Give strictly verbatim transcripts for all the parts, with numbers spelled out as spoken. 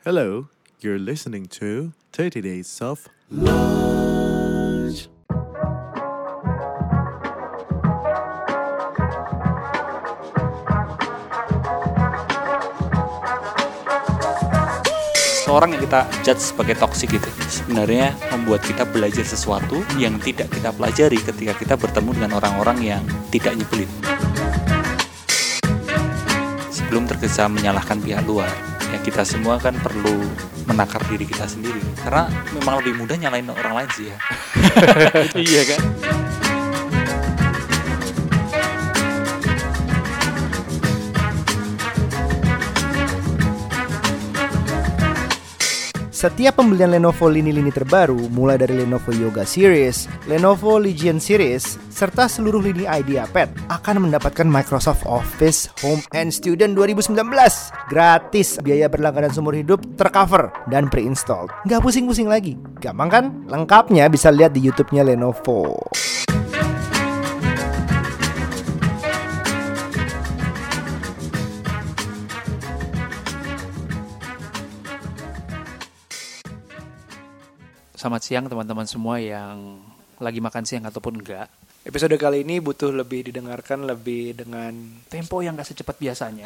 Hello, you're listening to thirty Days of Lunch. Orang yang kita judge sebagai toksik gitu sebenarnya membuat kita belajar sesuatu yang tidak kita pelajari ketika kita bertemu dengan orang-orang yang tidak nyebelin. Sebelum tergesa menyalahkan pihak luar, ya kita semua kan perlu menakar diri kita sendiri, karena memang lebih mudah nyalain orang lain sih ya. Iya kan? Setiap pembelian Lenovo lini-lini terbaru, mulai dari Lenovo Yoga Series, Lenovo Legion Series, serta seluruh lini IdeaPad, akan mendapatkan Microsoft Office Home and Student dua ribu sembilan belas. Gratis, biaya berlangganan seumur hidup tercover dan pre-installed. Nggak pusing-pusing lagi. Gampang kan? Lengkapnya bisa lihat di YouTube-nya Lenovo. Selamat siang teman-teman semua yang lagi makan siang ataupun enggak. Episode kali ini butuh lebih didengarkan lebih dengan Tempo yang gak secepat biasanya.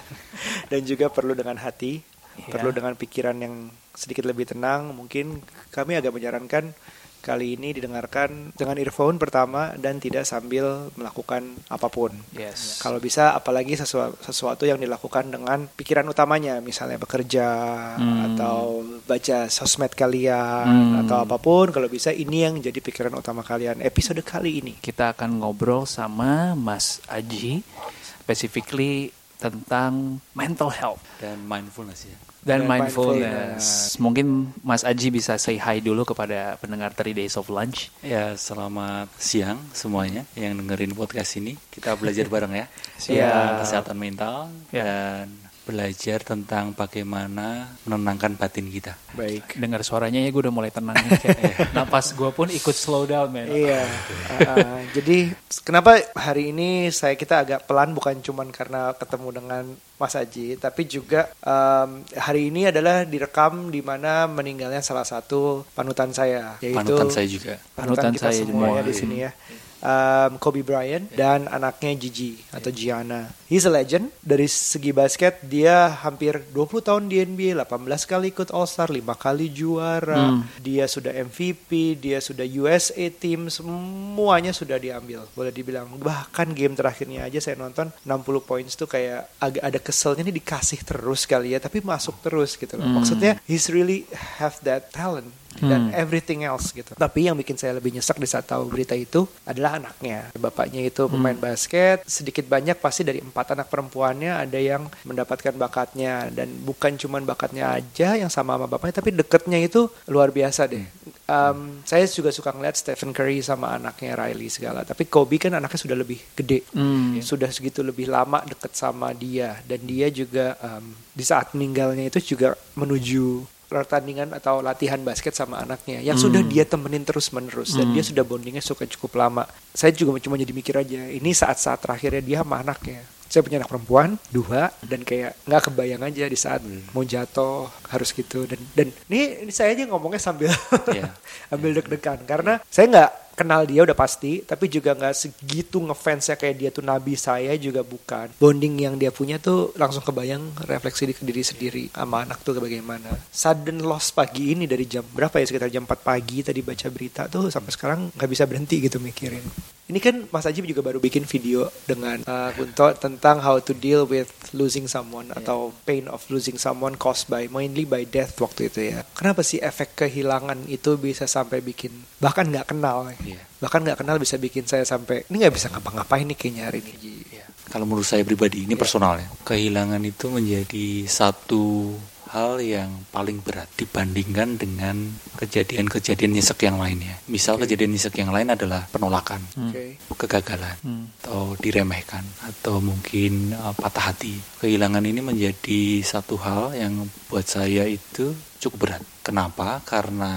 dan juga perlu dengan hati, yeah. Perlu dengan pikiran yang sedikit lebih tenang. Mungkin kami agak menyarankan kali ini didengarkan dengan earphone pertama dan tidak sambil melakukan apapun. Yes. Kalau bisa, apalagi sesuatu, sesuatu yang dilakukan dengan pikiran utamanya, misalnya bekerja hmm. atau baca sosmed kalian hmm. atau apapun. Kalau bisa, ini yang jadi pikiran utama kalian. Episode kali ini kita akan ngobrol sama Mas Aji, specifically tentang mental health dan mindfulness ya. Dan, dan mindfulness. mindfulness. Mungkin Mas Aji bisa say hi dulu kepada pendengar thirty Days of Lunch. Ya, selamat siang semuanya yang dengerin podcast ini. Kita belajar bareng ya. Siap. Kesehatan mental ya. Dan belajar tentang bagaimana menenangkan batin kita. Baik. Dengar suaranya ya gue udah mulai tenang. Napas gue pun ikut slow down, man. Iya. uh, jadi kenapa hari ini saya kita agak pelan, bukan cuma karena ketemu dengan Mas Aji, tapi juga um, hari ini adalah direkam di mana meninggalnya salah satu panutan saya, yaitu panutan saya juga. Panutan, panutan kita saya semua ya di sini ya. Um, Kobe Bryant dan anaknya Gigi atau Gianna. He's a legend. Dari segi basket dia hampir dua puluh tahun di N B A, delapan belas kali ikut All-Star, lima kali juara. Hmm. Dia sudah M V P, dia sudah U S A team, semuanya sudah diambil. Boleh dibilang, bahkan game terakhirnya aja saya nonton enam puluh points tuh kayak agak ada keselnya nih, dikasih terus kali ya, tapi masuk terus gitu loh. Hmm. Maksudnya he's really have that talent dan hmm. everything else gitu. Tapi yang bikin saya lebih nyesek di saat tahu berita itu adalah anaknya. Bapaknya itu pemain hmm. basket. Sedikit banyak pasti dari empat anak perempuannya ada yang mendapatkan bakatnya. Dan bukan cuma bakatnya aja yang sama sama bapaknya, tapi deketnya itu luar biasa deh. Um, saya juga suka ngeliat Stephen Curry sama anaknya Riley segala. Tapi Kobe kan anaknya sudah lebih gede. Hmm. Sudah segitu lebih lama deket sama dia. Dan dia juga um, di saat meninggalnya itu juga menuju pertandingan atau latihan basket sama anaknya yang hmm. sudah dia temenin terus menerus dan hmm. dia sudah bondingnya suka cukup lama. Saya juga cuma jadi mikir aja, ini saat-saat terakhirnya dia sama anaknya. Saya punya anak perempuan dua dan kayak nggak kebayang aja di saat hmm. mau jatuh harus gitu. Dan dan ini, ini saya aja ngomongnya sambil yeah. ambil deg-degan karena saya nggak kenal dia udah pasti, tapi juga gak segitu ngefansnya kayak dia tuh nabi saya juga bukan. Bonding yang dia punya tuh langsung kebayang refleksi di diri sendiri sama anak tuh bagaimana. Sudden loss pagi ini dari jam berapa ya, sekitar jam empat pagi tadi baca berita tuh sampai sekarang gak bisa berhenti gitu mikirin. Ini kan Mas Aji juga baru bikin video dengan uh, Gunto tentang how to deal with losing someone yeah. atau pain of losing someone caused by mainly by death waktu itu ya. Kenapa sih efek kehilangan itu bisa sampai bikin bahkan nggak kenal, yeah. bahkan nggak kenal bisa bikin saya sampai ini nggak bisa ngapa-ngapain nih kayaknya hari ini. Yeah. Kalau menurut saya pribadi ini yeah. personal ya, kehilangan itu menjadi satu hal yang paling berat dibandingkan dengan kejadian-kejadian nyesek yang lainnya. Misal okay. kejadian nyesek yang lain adalah penolakan, okay. kegagalan, hmm. atau diremehkan, atau mungkin uh, patah hati. Kehilangan ini menjadi satu hal yang buat saya itu cukup berat. Kenapa? Karena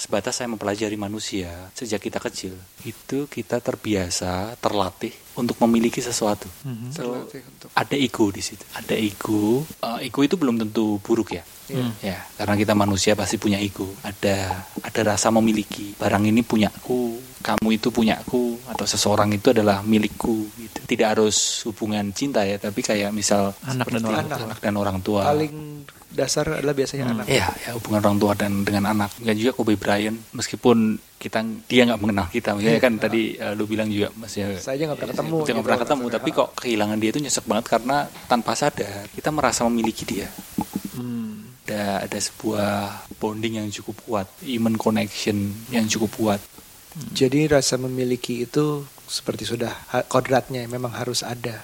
sebatas saya mempelajari manusia sejak kita kecil, itu kita terbiasa, terlatih untuk memiliki sesuatu. Mm-hmm. So, untuk... ada ego di situ. Ada ego. Uh, ego itu belum tentu buruk ya. Mm. Ya, karena kita manusia pasti punya ego. Ada ada rasa memiliki. Barang ini punyaku, kamu itu punyaku, atau seseorang itu adalah milikku. Gitu. Tidak harus hubungan cinta ya, tapi kayak misal anak dan orang anak. tua. Anak dan orang tua. Paling dasar adalah biasanya hmm. anak. Iya, ya, hubungan orang tua dan dengan anak. Dan juga Kobe Bryant, meskipun kita dia nggak mengenal kita, misalnya kan tadi uh, lu bilang juga, maksudnya saya aja nggak pernah ketemu. Saya nggak pernah ketemu, tapi kok kehilangan dia itu nyesek banget karena tanpa sadar kita merasa memiliki dia. Hmm. Ada ada sebuah bonding yang cukup kuat, human connection yang cukup kuat. Hmm. Jadi rasa memiliki itu seperti sudah kodratnya memang harus ada.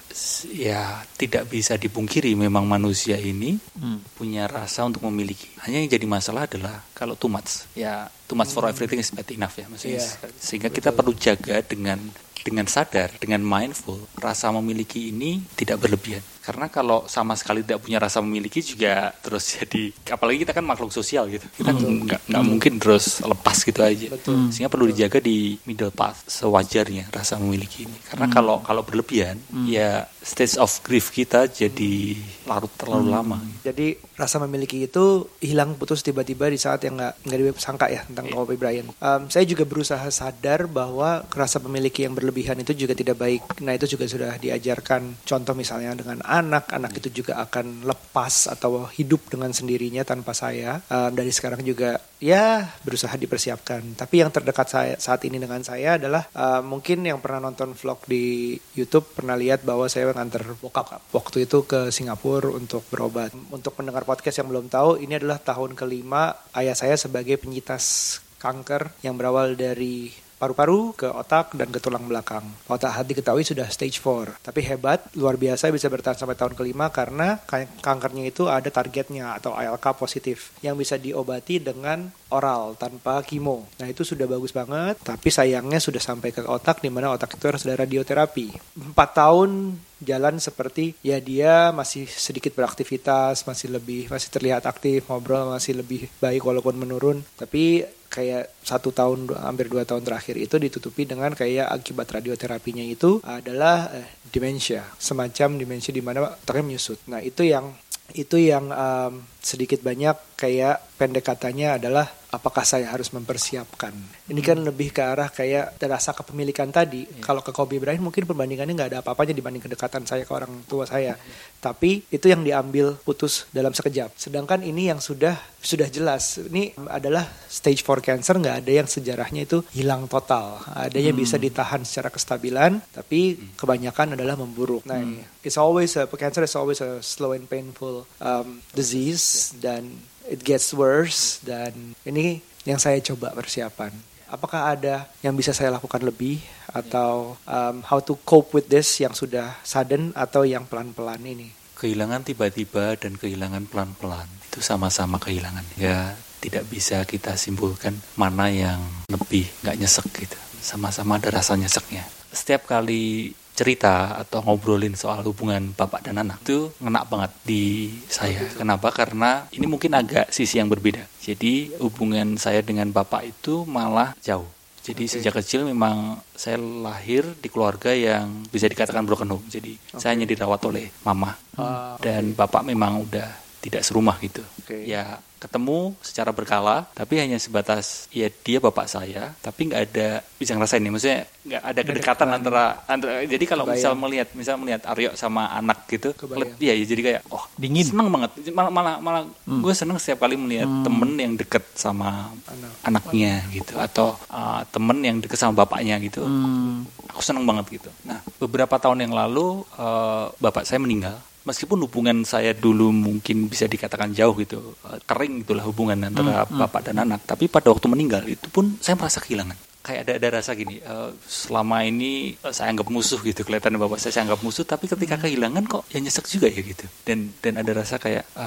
Ya, tidak bisa dipungkiri memang manusia ini hmm. punya rasa untuk memiliki. Hanya yang jadi masalah adalah kalau too much. Ya, too much hmm. for everything is bad enough ya, maksudnya. Yeah. Sehingga betul. Kita perlu jaga dengan dengan sadar, dengan mindful, rasa memiliki ini tidak berlebihan. Karena kalau sama sekali tidak punya rasa memiliki juga terus jadi, apalagi kita kan makhluk sosial gitu, kita nggak nggak hmm. mungkin terus lepas gitu aja. Betul. Sehingga perlu dijaga di middle path sewajarnya rasa memiliki ini. Karena hmm. kalau kalau berlebihan, hmm. ya stage of grief kita jadi larut terlalu hmm. lama. Jadi rasa memiliki itu hilang putus tiba-tiba di saat yang nggak nggak disangka ya tentang yeah. Kobe Bryant. Um, saya juga berusaha sadar bahwa rasa memiliki yang berlebihan itu juga tidak baik. Nah itu juga sudah diajarkan. Contoh misalnya dengan anak, anak itu juga akan lepas atau hidup dengan sendirinya tanpa saya. Um, dari sekarang juga ya berusaha dipersiapkan. Tapi yang terdekat saya saat ini dengan saya adalah uh, mungkin yang pernah nonton vlog di YouTube pernah lihat bahwa saya nganter bokap waktu itu ke Singapura untuk berobat. Untuk pendengar podcast yang belum tahu, ini adalah tahun kelima ayah saya sebagai penyintas kanker yang berawal dari paru-paru ke otak dan ke tulang belakang. Otak diketahui sudah stage four. Tapi hebat, luar biasa bisa bertahan sampai tahun kelima karena kankernya itu ada targetnya atau A L K positif yang bisa diobati dengan oral tanpa kimo. Nah itu sudah bagus banget, tapi sayangnya sudah sampai ke otak di mana otak itu harus ada radioterapi. Empat tahun jalan seperti ya dia masih sedikit beraktivitas, masih lebih masih terlihat aktif, ngobrol masih lebih baik walaupun menurun, tapi kayak satu tahun hampir dua tahun terakhir itu ditutupi dengan kayak akibat radioterapinya itu adalah eh, demensia, semacam demensia di mana otaknya menyusut. Nah itu yang itu yang um, sedikit banyak kayak pendekatannya adalah apakah saya harus mempersiapkan. Ini kan lebih ke arah kayak rasa kepemilikan tadi. Yeah. Kalau ke Kobe Bryant mungkin perbandingannya nggak ada apa-apanya dibanding kedekatan saya ke orang tua saya. Yeah. Tapi itu yang diambil putus dalam sekejap. Sedangkan ini yang sudah sudah jelas. Ini adalah stage four cancer, nggak ada yang sejarahnya itu hilang total. Adanya hmm. bisa ditahan secara kestabilan, tapi hmm. kebanyakan adalah memburuk. Nah, hmm. it's always a, cancer is always a slow and painful um, disease yeah. dan it gets worse, dan ini yang saya coba persiapan. Apakah ada yang bisa saya lakukan lebih atau um, how to cope with this yang sudah sudden atau yang pelan-pelan ini? Kehilangan tiba-tiba dan kehilangan pelan-pelan itu sama-sama kehilangan. Ya tidak bisa kita simpulkan mana yang lebih nggak nyesek gitu. Sama-sama ada rasa nyeseknya. Setiap kali cerita atau ngobrolin soal hubungan bapak dan anak itu ngena banget di saya. Kenapa? Karena ini mungkin agak sisi yang berbeda. Jadi hubungan saya dengan bapak itu malah jauh. Jadi okay. sejak kecil memang saya lahir di keluarga yang bisa dikatakan broken home. Jadi okay. saya hanya dirawat oleh mama. Uh, dan okay. bapak memang udah tidak serumah gitu. Okay. Ya ketemu secara berkala, tapi hanya sebatas ya dia bapak saya, tapi nggak ada bisa ngerasain nih, maksudnya nggak ada kedekatan antara, antara. Jadi kalau misal melihat, misal melihat Aryo sama anak gitu, ya, ya jadi kayak oh dingin, seneng banget, malah malah, malah hmm. gue seneng setiap kali melihat hmm. temen yang deket sama Anak. anaknya gitu, atau uh, temen yang deket sama bapaknya gitu, hmm. aku seneng banget gitu. Nah beberapa tahun yang lalu uh, bapak saya meninggal. Meskipun hubungan saya dulu mungkin bisa dikatakan jauh gitu, kering itulah hubungan antara hmm, bapak hmm. dan anak. Tapi pada waktu meninggal itu pun saya merasa kehilangan. Kayak ada ada rasa gini, uh, selama ini uh, saya anggap musuh gitu, kelihatan bapak saya saya anggap musuh. Tapi ketika kehilangan kok ya nyesek juga ya gitu. Dan dan ada rasa kayak ah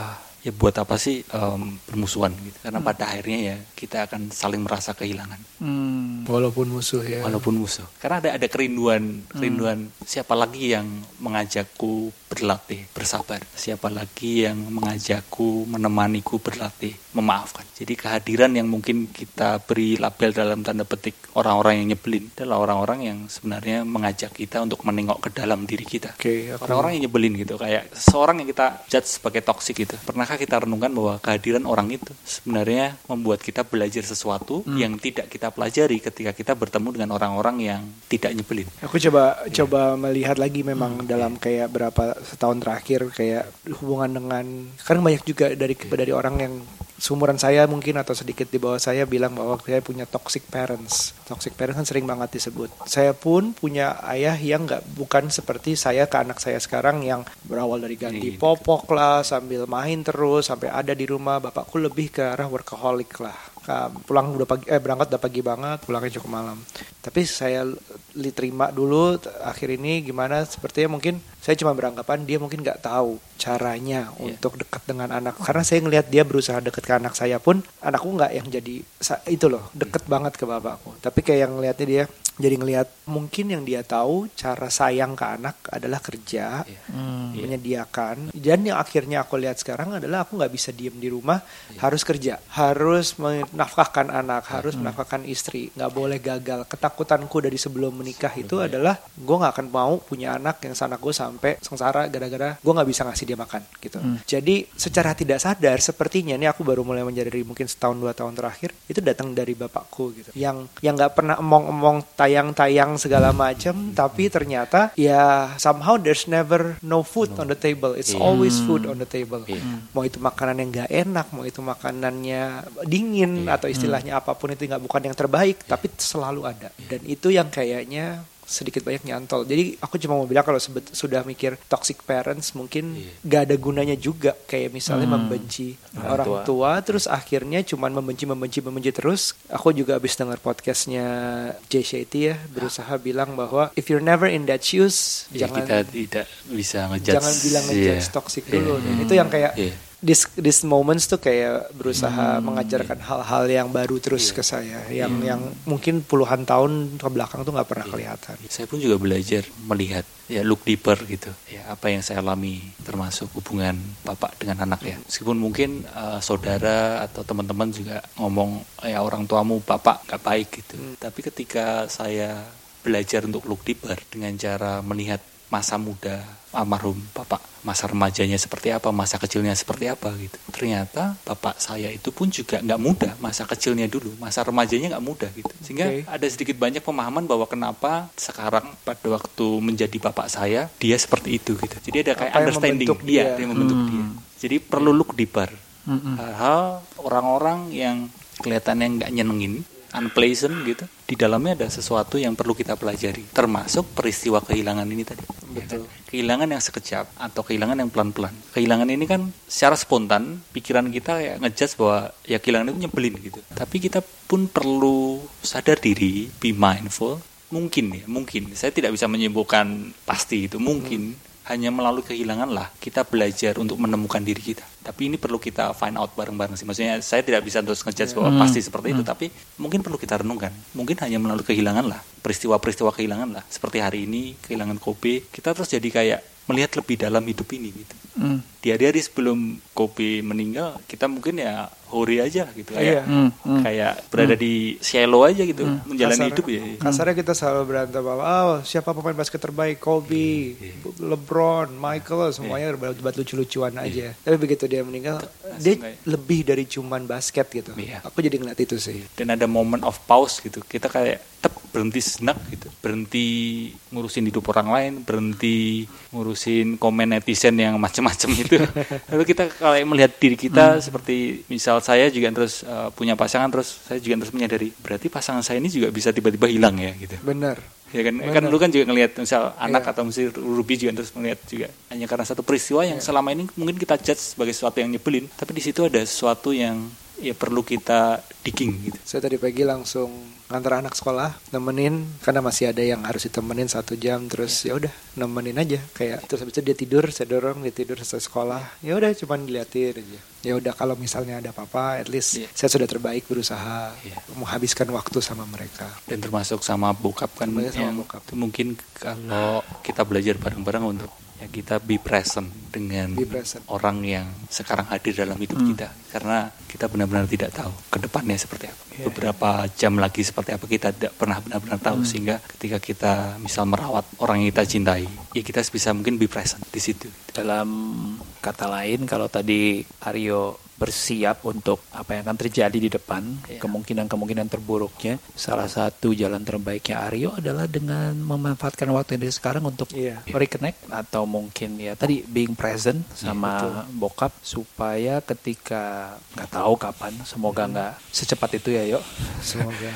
ya buat apa sih um, bermusuhan gitu? Karena hmm. pada akhirnya ya kita akan saling merasa kehilangan. Hmm. Walaupun musuh ya. Walaupun musuh. Karena ada ada kerinduan, kerinduan hmm. siapa lagi yang mengajakku berlatih bersabar? Siapa lagi yang mengajakku menemaniku berlatih memaafkan? Jadi kehadiran yang mungkin kita beri label dalam tanda petik orang-orang yang nyebelin adalah orang-orang yang sebenarnya mengajak kita untuk menengok ke dalam diri kita. Okay, okay. Orang-orang yang nyebelin gitu, kayak seorang yang kita judge sebagai toksik gitu. Pernahkah kita renungkan bahwa kehadiran orang itu sebenarnya membuat kita belajar sesuatu hmm. yang tidak kita pelajari ketika kita bertemu dengan orang-orang yang tidak nyebelin. Aku coba yeah. coba melihat lagi memang hmm, dalam yeah. kayak berapa setahun terakhir kayak hubungan dengan, karena banyak juga dari yeah. dari orang yang seumuran saya mungkin atau sedikit di bawah saya bilang bahwa saya punya toxic parents. Toxic parents kan sering banget disebut. Saya pun punya ayah yang nggak bukan seperti saya ke anak saya sekarang yang berawal dari ganti popok lah sambil main terus sampai ada di rumah. Bapakku lebih ke arah workaholic lah. Pulang udah pagi, eh berangkat udah pagi banget, pulangnya cukup malam. Tapi saya diterima dulu akhir ini gimana, sepertinya mungkin saya cuma beranggapan dia mungkin nggak tahu caranya yeah. untuk dekat dengan anak. Karena saya ngelihat dia berusaha dekat ke anak saya pun, anakku nggak yang jadi itu loh deket yeah. banget ke bapakku. Tapi kayak yang ngelihatnya dia jadi ngelihat mungkin yang dia tahu cara sayang ke anak adalah kerja, yeah. hmm. menyediakan. Dan yang akhirnya aku lihat sekarang adalah aku nggak bisa diem di rumah, yeah. harus kerja, harus menafkahkan anak, yeah. harus hmm. menafkahkan istri, nggak boleh gagal. Ketakutanku dari sebelum menikah itu yeah. adalah gue nggak akan mau punya anak yang sanak gue sampai sengsara gara-gara gue nggak bisa ngasih dia makan gitu. Hmm. Jadi secara tidak sadar sepertinya ini aku baru mulai menyadari mungkin setahun dua tahun terakhir itu datang dari bapakku gitu. Yang yang nggak pernah emong-emong tayang-tayang segala macam, tapi ternyata ya somehow there's never no food no. on the table. It's yeah. always food on the table. Yeah. Mau itu makanan yang nggak enak, mau itu makanannya dingin yeah. atau istilahnya hmm. apapun itu nggak bukan yang terbaik, yeah. tapi selalu ada. Yeah. Dan itu yang kayaknya sedikit banyak nyantol. Jadi aku cuma mau bilang kalau sebet, sudah mikir toxic parents mungkin yeah. gak ada gunanya juga. Kayak misalnya hmm. membenci orang, orang tua. tua Terus akhirnya cuma membenci, membenci, membenci terus. Aku juga habis dengar podcastnya Jay Shetty ya, berusaha ah. bilang bahwa if you're never in that shoes yeah, jangan kita tidak bisa ngejudge. Jangan bilang ngejudge yeah. toxic dulu. Yeah. Itu yang kayak yeah. This this moments tuh kayak berusaha hmm, mengajarkan yeah. hal-hal yang baru terus yeah. ke saya, yang yeah. yang mungkin puluhan tahun ke belakang tuh nggak pernah yeah. kelihatan. Saya pun juga belajar melihat ya look deeper gitu, ya apa yang saya alami termasuk hubungan bapak dengan anak ya. Meskipun mungkin uh, saudara atau teman-teman juga ngomong ya orang tuamu bapak nggak baik gitu, hmm. tapi ketika saya belajar untuk look deeper dengan cara melihat masa muda almarhum bapak, masa remajanya seperti apa, masa kecilnya seperti apa gitu. Ternyata bapak saya itu pun juga nggak mudah, masa kecilnya dulu, masa remajanya nggak mudah gitu. Sehingga okay. ada sedikit banyak pemahaman bahwa kenapa sekarang pada waktu menjadi bapak saya dia seperti itu gitu. Jadi ada kayak apa understanding dia, dia yang membentuk hmm. dia. Jadi perlu look deeper. Hmm. Hal-hal orang-orang yang kelihatannya nggak nyenengin, unpleasant gitu, di dalamnya ada sesuatu yang perlu kita pelajari, termasuk peristiwa kehilangan ini tadi. Betul. Kehilangan yang sekejap atau kehilangan yang pelan-pelan. Kehilangan ini kan secara spontan pikiran kita ya ngejudge bahwa ya kehilangan itu nyebelin gitu. Tapi kita pun perlu sadar diri, be mindful. Mungkin ya, mungkin. Saya tidak bisa menyimpulkan pasti itu, mungkin. Hmm. Hanya melalui kehilangan lah kita belajar untuk menemukan diri kita. Tapi ini perlu kita find out bareng-bareng sih. Maksudnya saya tidak bisa terus ngejudge bahwa hmm. pasti seperti itu. Hmm. Tapi mungkin perlu kita renungkan. Mungkin hanya melalui kehilangan lah. Peristiwa-peristiwa kehilangan lah. Seperti hari ini kehilangan Kobe. Kita terus jadi kayak melihat lebih dalam hidup ini gitu. Hmm. Di hari-hari sebelum Kobe meninggal, kita mungkin ya hori aja gitu, kayak hmm, hmm. kayak berada hmm. di shallow aja gitu, hmm. menjalani Kasar, hidup ya. Kasarnya kita selalu berantem bahwa oh, siapa pemain basket terbaik, Kobe, yeah, yeah. LeBron, Michael, semuanya yeah. buat lucu-lucuan yeah. aja. Tapi begitu dia meninggal, Langsung dia kayak, lebih dari cuman basket gitu. Yeah. Aku jadi ngeliat itu sih. Dan ada moment of pause gitu, kita kayak tep berhenti senak gitu, berhenti ngurusin hidup orang lain, berhenti ngurusin komen netizen yang macam-macam itu. Lalu kita kayak melihat diri kita hmm. seperti misal saya juga terus uh, punya pasangan, terus saya juga terus menyadari berarti pasangan saya ini juga bisa tiba-tiba hilang ya gitu. Benar. Ya kan, Benar. Kan lu kan juga ngelihat misal anak yeah. atau mesti Ruby juga terus melihat juga hanya karena satu peristiwa yang yeah. selama ini mungkin kita judge sebagai sesuatu yang nyebelin, tapi di situ ada sesuatu yang ya perlu kita digging gitu. Saya tadi pagi langsung ngantar anak sekolah, nemenin karena masih ada yang harus ditemenin satu jam, terus ya udah nemenin aja kayak terus habis itu dia tidur, saya dorong dia tidur selesai sekolah, ya udah cuman diliatin aja. Ya udah kalau misalnya ada apa-apa, at least yeah. saya sudah terbaik berusaha yeah. menghabiskan waktu sama mereka. Dan termasuk sama bokap kan, sama yang bokap. Mungkin kalau kita belajar bareng-bareng untuk ya kita be present dengan be present. orang yang sekarang hadir dalam hidup hmm. kita, karena kita benar-benar tidak tahu ke depannya seperti apa. Yeah. Beberapa jam lagi seperti apa kita tidak pernah benar-benar tahu, hmm. sehingga ketika kita misal merawat orang yang kita cintai, ya kita bisa mungkin be present di situ. Dalam kata lain, kalau tadi Aryo bersiap untuk apa yang akan terjadi di depan, yeah. kemungkinan-kemungkinan terburuknya, salah satu jalan terbaiknya Aryo adalah dengan memanfaatkan waktu ini sekarang untuk yeah. reconnect, atau mungkin ya tadi being present sama yeah, bokap, supaya ketika nggak tahu kapan, semoga nggak hmm. secepat itu ya, yuk. Semoga.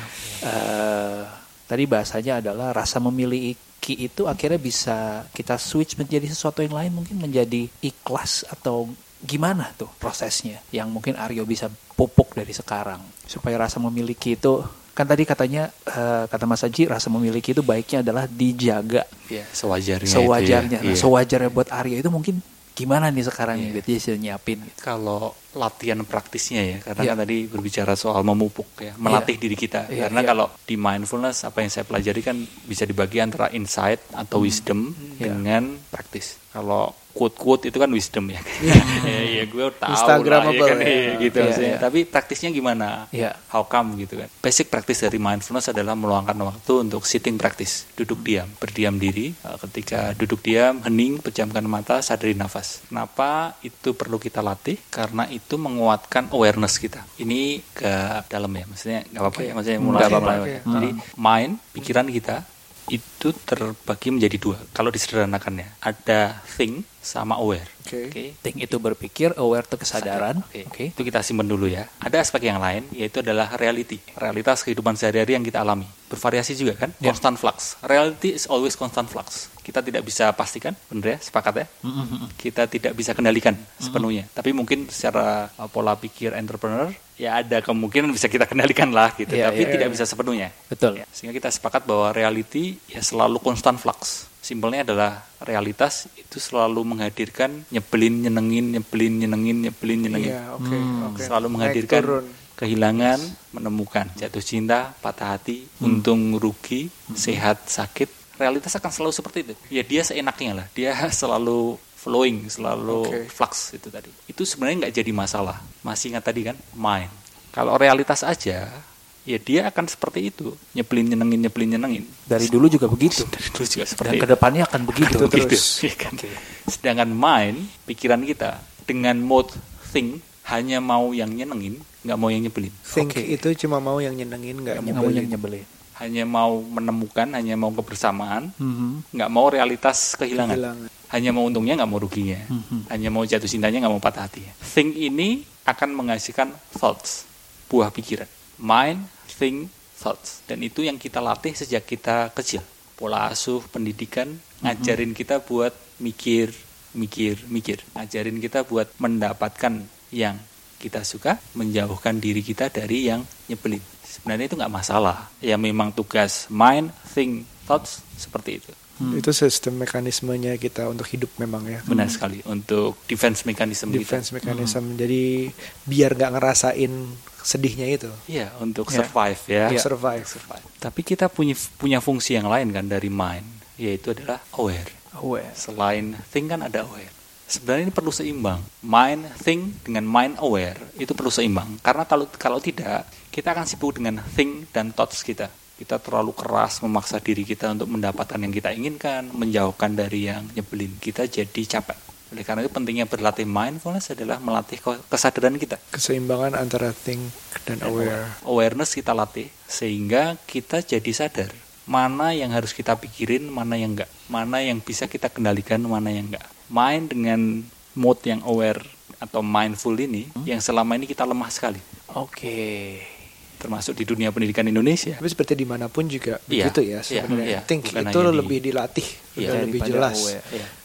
uh, tadi bahasanya adalah rasa memiliki itu akhirnya bisa kita switch menjadi sesuatu yang lain, mungkin menjadi ikhlas, atau gimana tuh prosesnya yang mungkin Aryo bisa pupuk dari sekarang supaya rasa memiliki itu, kan tadi katanya uh, kata Mas Aji, rasa memiliki itu baiknya adalah dijaga ya, sewajarnya sewajarnya itu ya. Nah, iya. sewajarnya buat Aryo itu mungkin gimana nih sekarang iya. nih dia bisa nyiapin gitu. Kalau latihan praktisnya ya, karena yeah. kan tadi berbicara soal memupuk ya, melatih yeah. diri kita. Yeah, karena yeah. kalau di mindfulness apa yang saya pelajari kan bisa dibagi antara insight atau wisdom hmm. dengan yeah. praktis. Kalau quote-quote itu kan wisdom ya. ya, ya gue tahu Instagramable lah, ya kan, ya. ya, gitu ya, maksudnya. ya. Tapi praktisnya gimana? Ya. How come gitu kan? Basic praktis dari mindfulness adalah meluangkan waktu untuk sitting praktis, duduk diam, berdiam diri. Ketika duduk diam, hening, pejamkan mata, sadari nafas. Kenapa itu perlu kita latih? Karena itu menguatkan awareness kita. Ini ke dalam ya, maksudnya nggak apa-apa ya, maksudnya mulai apa-apa. mulai. Jadi mind, pikiran kita itu terbagi menjadi dua. Kalau disederhanakannya, ada think sama aware. Okay. Okay. Think itu berpikir, aware itu kesadaran. Oke. Okay. Itu kita simpan dulu ya. Ada aspek yang lain, yaitu adalah reality. Realitas kehidupan sehari-hari yang kita alami. Bervariasi juga kan? Yeah. Constant flux. Reality is always constant flux. Kita tidak bisa pastikan, benar ya? Sepakat ya? Mm-hmm. Kita tidak bisa kendalikan sepenuhnya. Mm-hmm. Tapi mungkin secara uh, pola pikir entrepreneur, ya ada kemungkinan bisa kita kendalikan lah gitu. Yeah, Tapi yeah, tidak yeah. bisa sepenuhnya. Betul. Ya, sehingga kita sepakat bahwa reality ya selalu constant flux. Simpelnya adalah realitas itu selalu menghadirkan nyebelin, nyenengin, nyebelin, nyenengin, nyebelin, nyenengin. Yeah, okay, hmm. okay. Selalu menghadirkan kehilangan, menemukan, jatuh cinta, patah hati, hmm. untung, rugi, hmm. sehat, sakit. Realitas akan selalu seperti itu. Ya dia seenaknya lah. Dia selalu flowing, selalu okay. flux itu tadi. Itu sebenarnya nggak jadi masalah. Masih ingat tadi kan, mind. Kalau realitas aja, ya dia akan seperti itu, nyebelin, nyenengin, nyebelin, nyenengin. Dari dulu juga begitu. Dari dulu juga seperti Dan itu. kedepannya akan begitu akan terus. Begitu, ya kan? Okay. Sedangkan mind, pikiran kita dengan mode think hanya mau yang nyenengin, nggak mau yang nyebelin. Think okay. itu cuma mau yang nyenengin, nggak nyebelin. Yang nyebelin. Hanya mau menemukan, hanya mau kebersamaan, mm-hmm. nggak mau realitas kehilangan. kehilangan. Hanya mau untungnya, nggak mau ruginya. Mm-hmm. Hanya mau jatuh cintanya, nggak mau patah hati. Think ini akan menghasilkan thoughts, buah pikiran. Mind, think, thoughts. Dan itu yang kita latih sejak kita kecil. Pola asuh, pendidikan, ngajarin kita buat mikir, mikir, mikir. Ngajarin kita buat mendapatkan yang kita suka, menjauhkan diri kita dari yang nyebelin. Sebenarnya itu nggak masalah. Ya memang tugas mind, think, thoughts seperti itu. Hmm. Itu sistem mekanismenya kita untuk hidup memang ya. Benar hmm. sekali. Untuk defense mechanism defense kita. mechanism. Hmm. Jadi biar nggak ngerasain sedihnya itu. Iya, untuk survive ya. ya. Survive. survive. Tapi kita punya punya fungsi yang lain kan dari mind, yaitu adalah aware. Aware. Selain think kan ada aware. Sebenarnya ini perlu seimbang. Mind, think dengan mind aware itu perlu seimbang. Karena kalau kalau tidak, kita akan sibuk dengan think dan thoughts kita. Kita terlalu keras memaksa diri kita untuk mendapatkan yang kita inginkan, menjauhkan dari yang nyebelin. Kita jadi capek. Oleh karena itu pentingnya berlatih mindfulness adalah melatih kesadaran kita. Keseimbangan antara think dan aware. Awareness kita latih sehingga kita jadi sadar mana yang harus kita pikirin, mana yang enggak. Mana yang bisa kita kendalikan, mana yang enggak. Mind dengan mode yang aware atau mindful ini hmm? yang selama ini kita lemah sekali. Oke. Okay. Termasuk di dunia pendidikan Indonesia. Tapi seperti dimanapun juga iya, begitu ya sebenarnya. Iya, think bukan itu di, lebih dilatih, iya, lebih jelas. Iya.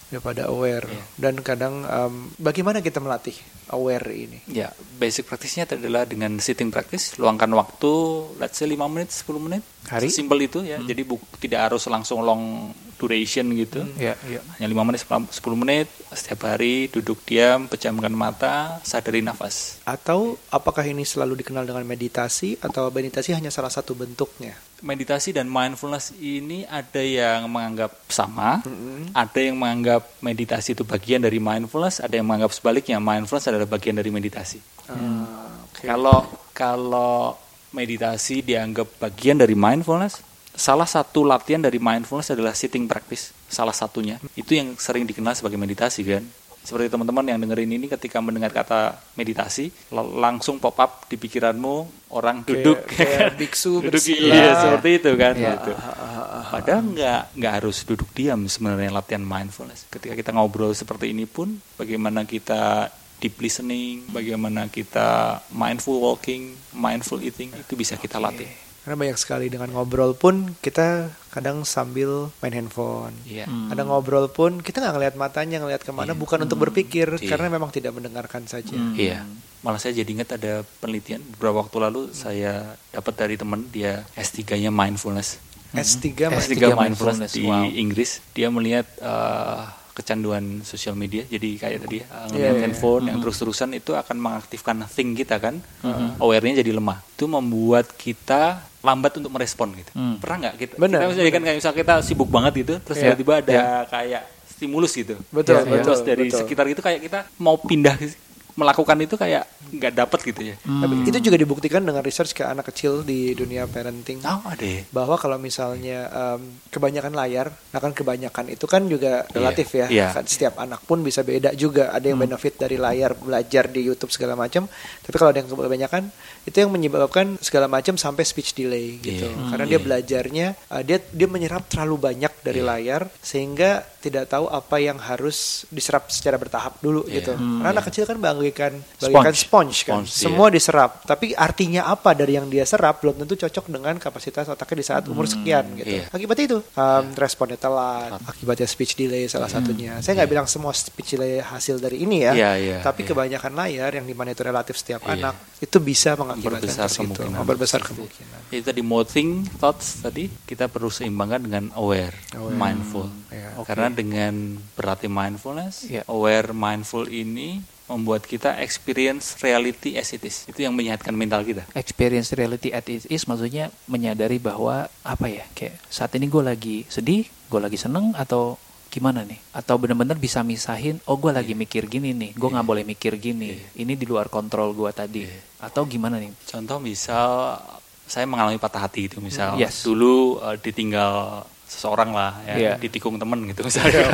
daripada aware. Yeah. Dan kadang um, bagaimana kita melatih aware ini? Ya, basic praktisnya adalah dengan sitting practice, luangkan waktu, let's say lima menit, sepuluh menit. Hari? Simple itu ya. Hmm. Jadi bu- tidak harus langsung long duration gitu. Hmm. Yeah, yeah. Hanya lima menit, sepuluh menit setiap hari, duduk diam, pejamkan mata, sadari nafas. Atau apakah ini selalu dikenal dengan meditasi atau meditasi hanya salah satu bentuknya? Meditasi dan mindfulness ini ada yang menganggap sama, Mm-hmm. ada yang menganggap meditasi itu bagian dari mindfulness, ada yang menganggap sebaliknya mindfulness adalah bagian dari meditasi. Hmm. Okay. Kalau kalau meditasi dianggap bagian dari mindfulness, salah satu latihan dari mindfulness adalah sitting practice, salah satunya. Itu yang sering dikenal sebagai meditasi kan. Seperti teman-teman yang dengerin ini ketika mendengar kata meditasi, l- langsung pop up di pikiranmu orang duduk, kayak, kayak biksu duduk bersila. iya seperti itu kan. Ya. Gitu. Padahal nggak nggak harus duduk diam sebenarnya latihan mindfulness. Ketika kita ngobrol seperti ini pun, bagaimana kita deep listening, bagaimana kita mindful walking, mindful eating, itu bisa kita latih. Karena banyak sekali dengan ngobrol pun kita kadang sambil main handphone. Iya. Hmm. Kadang ngobrol pun kita nggak ngelihat matanya, ngelihat kemana, Iya. bukan untuk berpikir, Iya. karena memang tidak mendengarkan saja. Hmm. Iya. Malah saya jadi ingat ada penelitian beberapa waktu lalu saya dapat dari teman, dia S tiga-nya mindfulness. S tiga S mas- tiga mindfulness, mindfulness di wow. Inggris. Dia melihat uh, kecanduan sosial media, jadi kayak tadi ya, uh, ngelihat Iya, iya. handphone yang Mm-hmm. terus-terusan itu akan mengaktifkan think kita kan, awarenya jadi lemah. Itu membuat kita lambat untuk merespon gitu. Mm. Pernah nggak kita? Benar, Kita misalnya kan kayak misal kita sibuk banget gitu, terus Iya, tiba-tiba ada iya. kayak stimulus gitu. Betul, Ya, betul, terus dari betul. sekitar itu kayak kita mau pindah melakukan itu kayak nggak dapat gitu ya. Tapi Hmm. itu juga dibuktikan dengan research ke anak kecil di dunia parenting. Oh, ada ya? Bahwa kalau misalnya um, kebanyakan layar, nah kan kebanyakan itu kan juga relatif ya. Iya. Kan setiap anak pun bisa beda juga. Ada yang benefit dari layar, belajar di YouTube segala macam. Tapi kalau ada yang kebanyakan, itu yang menyebabkan segala macam sampai speech delay gitu. Iya. Karena Hmm. dia Iya. belajarnya, uh, dia dia menyerap terlalu banyak dari Iya. layar sehingga tidak tahu apa yang harus diserap secara bertahap dulu Iya. gitu. Hmm, Karena anak iya. kecil kan bagaikan bagaikan sponge, kan. Sponge, iya. Semua diserap, tapi artinya apa dari yang dia serap belum tentu cocok dengan kapasitas otaknya di saat umur sekian gitu. iya. Akibatnya itu um, responnya telat, akibatnya speech delay salah satunya. Saya nggak bilang semua speech delay hasil dari ini ya, Iya, iya, tapi iya. kebanyakan layar yang dimana itu relatif setiap Iya. anak itu bisa mengakibatkan Memperbesar ke situ, kemungkinan. memperbesar kemungkinan. Itu tadi mau think, thoughts tadi kita perlu seimbangkan dengan aware, Aware. mindful. Ya, oke. Karena dengan berlatih mindfulness, Ya. aware, mindful ini membuat kita experience reality as it is. Itu yang menyehatkan mental kita. Experience reality at it is maksudnya menyadari bahwa apa ya, kayak saat ini gue lagi sedih, gue lagi seneng, atau gimana nih? Atau benar-benar bisa misahin, oh gue lagi mikir gini nih, gue nggak boleh mikir gini, ini di luar kontrol gue tadi, atau gimana nih? Contoh misal saya mengalami patah hati gitu, misal Yes. dulu uh, ditinggal seseorang lah, ya, Iya. ditikung temen gitu misalnya.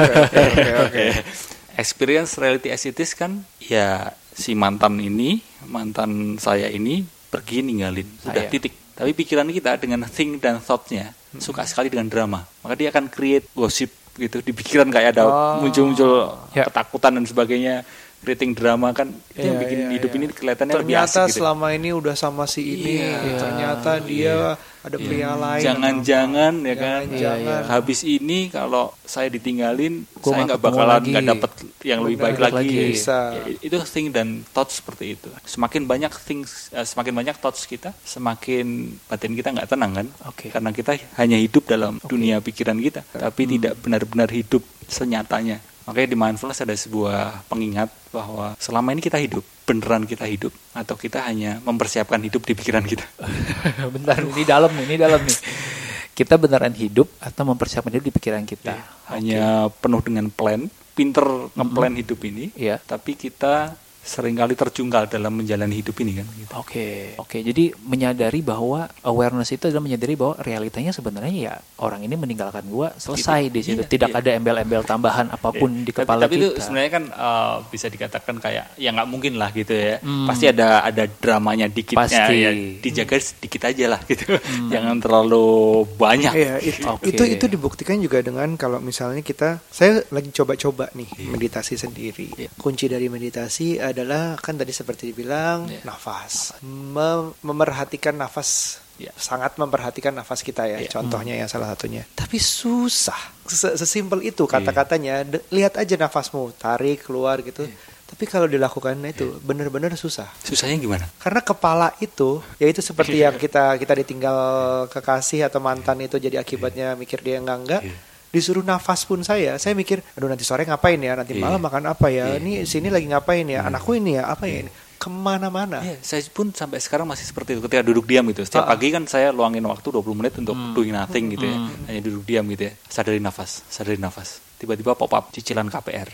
Experience reality as it is kan, ya si mantan ini, mantan saya ini pergi ninggalin, udah Saya. titik. Tapi pikiran kita dengan think dan thought-nya suka sekali dengan drama. Maka dia akan create gosip gitu di pikiran, kayak ada Oh. muncul-muncul Ya. ketakutan dan sebagainya. Creating drama kan itu yang Iya, bikin iya, hidup iya. ini kelihatannya lebih Ternyata asik gitu. selama ini udah sama si ini, Iya. ternyata dia ada pria lain. Jangan-jangan ya kan, Jangan-jangan. Iya, habis ini kalau saya ditinggalin, Gua saya nggak nggak ketemu bakalan lagi. nggak dapet yang lebih Benar, baik lagi. lagi. Bisa. Ya, itu think dan thoughts seperti itu. Semakin banyak things, eh, semakin banyak thoughts kita, semakin batin kita nggak tenang kan? Oke. Karena kita hanya hidup dalam dunia pikiran kita, tapi tidak benar-benar hidup senyatanya. Makanya di mindfulness ada sebuah pengingat bahwa selama ini kita hidup, beneran kita hidup, atau kita hanya mempersiapkan hidup di pikiran kita. Bentar, ini dalam nih, ini dalam nih. Kita beneran hidup atau mempersiapkan hidup di pikiran kita? Hanya penuh dengan plan, pinter ngeplan hidup ini, Iya. tapi kita seringkali terjungkal dalam menjalani hidup ini kan. Gitu. Oke, oke. Jadi menyadari bahwa awareness itu adalah menyadari bahwa realitanya sebenarnya ya orang ini meninggalkan gua, selesai di situ. Iya, Tidak iya. ada embel-embel tambahan apapun di Tapi- kepala tapi, itu kita. sebenarnya kan uh, bisa dikatakan kayak ya nggak mungkin lah gitu ya. Hmm. Pasti ada ada dramanya dikit, Pasti. ya, ya dijaga sedikit aja lah gitu. Jangan terlalu banyak. Iya, itu, Oke. itu itu dibuktikan juga dengan kalau misalnya kita, saya lagi coba-coba nih meditasi sendiri. Iya. Kunci dari meditasi adalah kan tadi seperti dibilang yeah. nafas, Mem- memerhatikan nafas. Ya, sangat memperhatikan nafas kita ya, ya. Contohnya hmm. yang salah satunya. Tapi susah, sesimpel itu kata-katanya. De- lihat aja nafasmu, tarik keluar gitu. Ya. Tapi kalau dilakukan itu ya. benar-benar susah. Susahnya gimana? Karena kepala itu, ya itu seperti yang kita kita ditinggal kekasih atau mantan itu jadi akibatnya mikir dia enggak-enggak. Ya. Disuruh nafas pun saya, saya mikir, aduh nanti sore ngapain ya, nanti malam ya. makan apa ya, ya. Ini sini lagi ngapain ya, ya. Anakku ini ya, apa ya, ya ini. Kemana-mana. Iya, saya pun sampai sekarang masih seperti itu. Ketika duduk diam gitu. Setiap uh. pagi kan saya luangin waktu dua puluh menit untuk hmm. doing nothing gitu ya. Hmm. Hanya duduk diam gitu ya. Sadari nafas, sadari nafas. Tiba-tiba pop up cicilan K P R.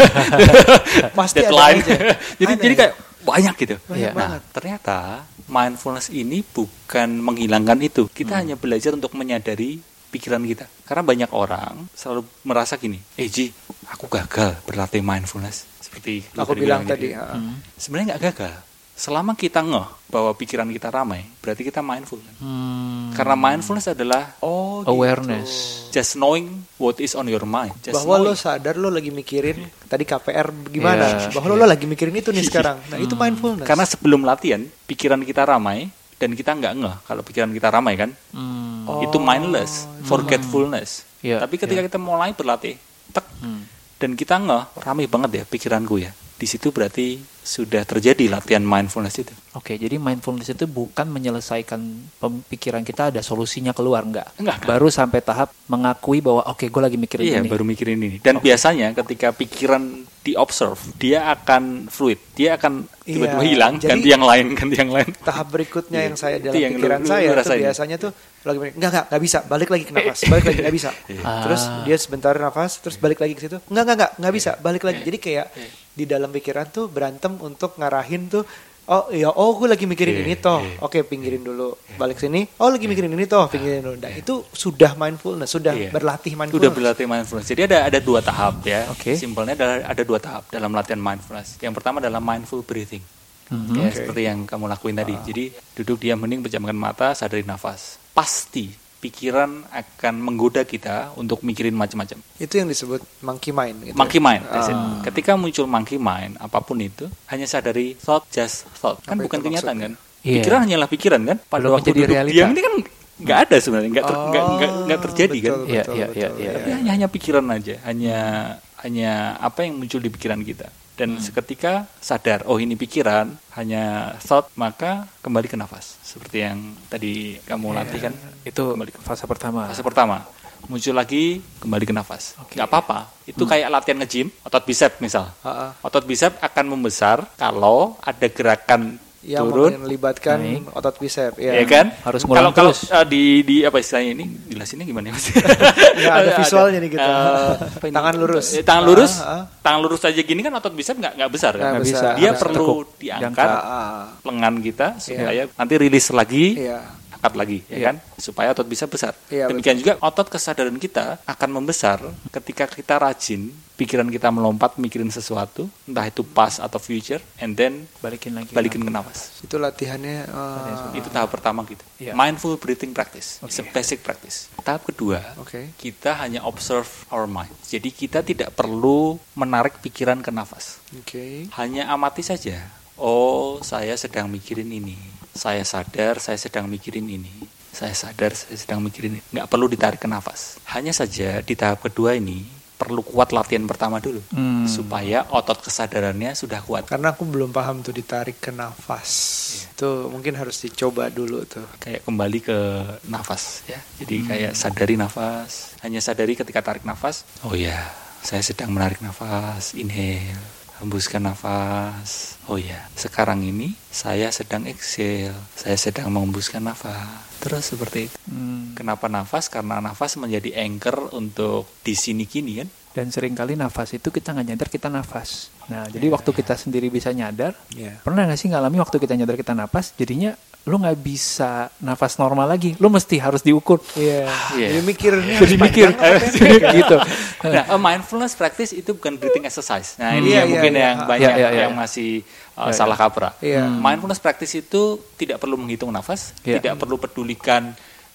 Pasti deadline. Ada aja. jadi jadi kayak banyak gitu. Banyak nah, banget. Ternyata mindfulness ini bukan menghilangkan itu. Kita hmm. hanya belajar untuk menyadari pikiran kita. Karena banyak orang selalu merasa gini, "Eh Ji, aku gagal berlatih mindfulness." Seperti aku bilang tadi, gitu. hmm. sebenarnya nggak gagal. Selama kita ngeh bahwa pikiran kita ramai, berarti kita mindful. Hmm. Karena mindfulness adalah oh, awareness, gitu. Just knowing what is on your mind. Just bahwa knowing. Lo sadar lo lagi mikirin tadi K P R gimana, yeah. bahwa yeah. lo lagi mikirin itu nih sekarang. Nah hmm. itu mindfulness. Karena sebelum latihan, pikiran kita ramai dan kita nggak ngeh kalau pikiran kita ramai kan, hmm. oh. itu mindless, forgetfulness. Yeah. Tapi ketika yeah. kita mulai berlatih, tek. Hmm. Dan kita ngeh, ramai banget ya pikiranku ya. Di situ berarti sudah terjadi latihan mindfulness itu. Oke, jadi mindfulness itu bukan menyelesaikan pemikiran kita ada solusinya keluar, enggak. Enggak. Baru sampai tahap mengakui bahwa oke, okay, gue lagi mikirin iya, ini. Iya, baru mikirin ini. Dan okay. biasanya ketika pikiran di-observe, dia akan fluid. Dia akan tiba-tiba iya, hilang, ganti yang lain, ganti yang lain. Tahap berikutnya yang saya dalam yang pikiran lu, saya lu itu biasanya tuh lagi mikir, enggak, enggak, enggak bisa, balik lagi ke nafas, balik lagi, enggak bisa. Terus dia sebentar nafas, terus balik lagi ke situ, enggak, enggak, enggak, enggak bisa, balik lagi. Jadi kayak di dalam pikiran tuh berantem untuk ngarahin tuh, oh iya, oh gue lagi mikirin ini toh, oke pinggirin dulu, balik sini, oh lagi mikirin ini toh, pinggirin dulu. Nah itu sudah mindfulness, sudah berlatih mindfulness. Sudah berlatih mindfulness. Jadi ada ada dua tahap ya. Okay. Simpelnya ada ada dua tahap dalam latihan mindfulness. Yang pertama adalah mindful breathing. Mm-hmm. Ya, okay. Seperti yang kamu lakuin tadi. Uh. Jadi duduk diam hening, pejamkan mata, sadari nafas. Pasti pikiran akan menggoda kita untuk mikirin macam-macam. Itu yang disebut monkey mind. Gitu monkey ya? mind. Uh. Ketika muncul monkey mind, apapun itu, hanya sadari thought, just thought. Kan apa bukan kenyataan maksudnya? Kan? Yeah. Pikiran hanyalah pikiran kan. Pada belum waktu duduk realita. diam ini kan nggak ada sebenarnya, nggak ter, oh, nggak, nggak, nggak terjadi betul, kan. Betul, ya, betul, ya, betul, ya, betul, ya, Tapi ya. hanya hanya pikiran aja, hanya hanya apa yang muncul di pikiran kita. Dan hmm. seketika sadar, oh ini pikiran, hanya thought, maka kembali ke nafas. Seperti yang tadi kamu latih kan. Itu kembali ke fase pertama. Fase pertama. Muncul lagi, kembali ke nafas. Okay. Gak apa-apa. Itu hmm. kayak latihan nge-gym, otot bicep misal. Uh-uh. Otot bicep akan membesar kalau ada gerakan yang turun, melibatkan naik. Otot bicep, ya, ya kan? Harus ngulang kalau, terus. Kalau uh, di di apa istilahnya ini, jelasinnya gimana Mas? Nggak ada visualnya nih kita. Uh, tangan lurus. Eh, tangan lurus. Uh, uh. Tangan lurus saja gini kan otot bicep nggak nggak besar kan? Nggak bisa. Dia harus perlu tekuk. diangkat uh. lengan kita supaya yeah. nanti rilis lagi. Yeah. Angkat lagi, ya yeah. kan, supaya otot bisa besar. Yeah, Demikian betul. Juga otot kesadaran kita akan membesar ketika kita rajin, pikiran kita melompat, mikirin sesuatu, entah itu past atau future, and then balikin lagi, balikin ke nafas. Itu latihannya. Uh... Itu tahap pertama gitu. Yeah. Mindful breathing practice, okay. It's a basic practice. Tahap kedua, okay. kita hanya observe our mind. Jadi kita tidak perlu menarik pikiran ke nafas. Okay. Hanya amati saja. Oh, saya sedang mikirin ini. Saya sadar, saya sedang mikirin ini. Saya sadar, saya sedang mikirin ini. Nggak perlu ditarik ke nafas. Hanya saja di tahap kedua ini perlu kuat latihan pertama dulu, hmm. supaya otot kesadarannya sudah kuat. Karena aku belum paham tuh ditarik ke nafas. Yeah. Itu mungkin harus dicoba dulu tuh. Kayak kembali ke nafas, ya. Jadi hmm. kayak sadari nafas. Hanya sadari ketika tarik nafas. Oh ya, saya sedang menarik nafas. Inhale. Hembuskan nafas. Oh ya, sekarang ini saya sedang exhale. Saya sedang menghembuskan nafas. Terus seperti itu. Hmm. Kenapa nafas? Karena nafas menjadi anchor untuk di sini kini kan. Dan seringkali nafas itu kita nggak nyadar kita nafas. Nah, yeah. jadi waktu kita sendiri bisa nyadar, yeah. pernah nggak sih ngalami waktu kita nyadar kita nafas, jadinya lu nggak bisa nafas normal lagi, lu mesti harus diukur. Iya. Yeah. Yeah. Jadi mikirnya. Jadi mikir. gitu. Nah, mindfulness practice itu bukan breathing exercise. Nah, ini yeah, yang yeah, mungkin yeah. yang banyak yeah, yeah, yeah. yang masih uh, yeah, salah kaprah. Yeah. Mindfulness practice itu tidak perlu menghitung nafas, yeah. tidak perlu pedulikan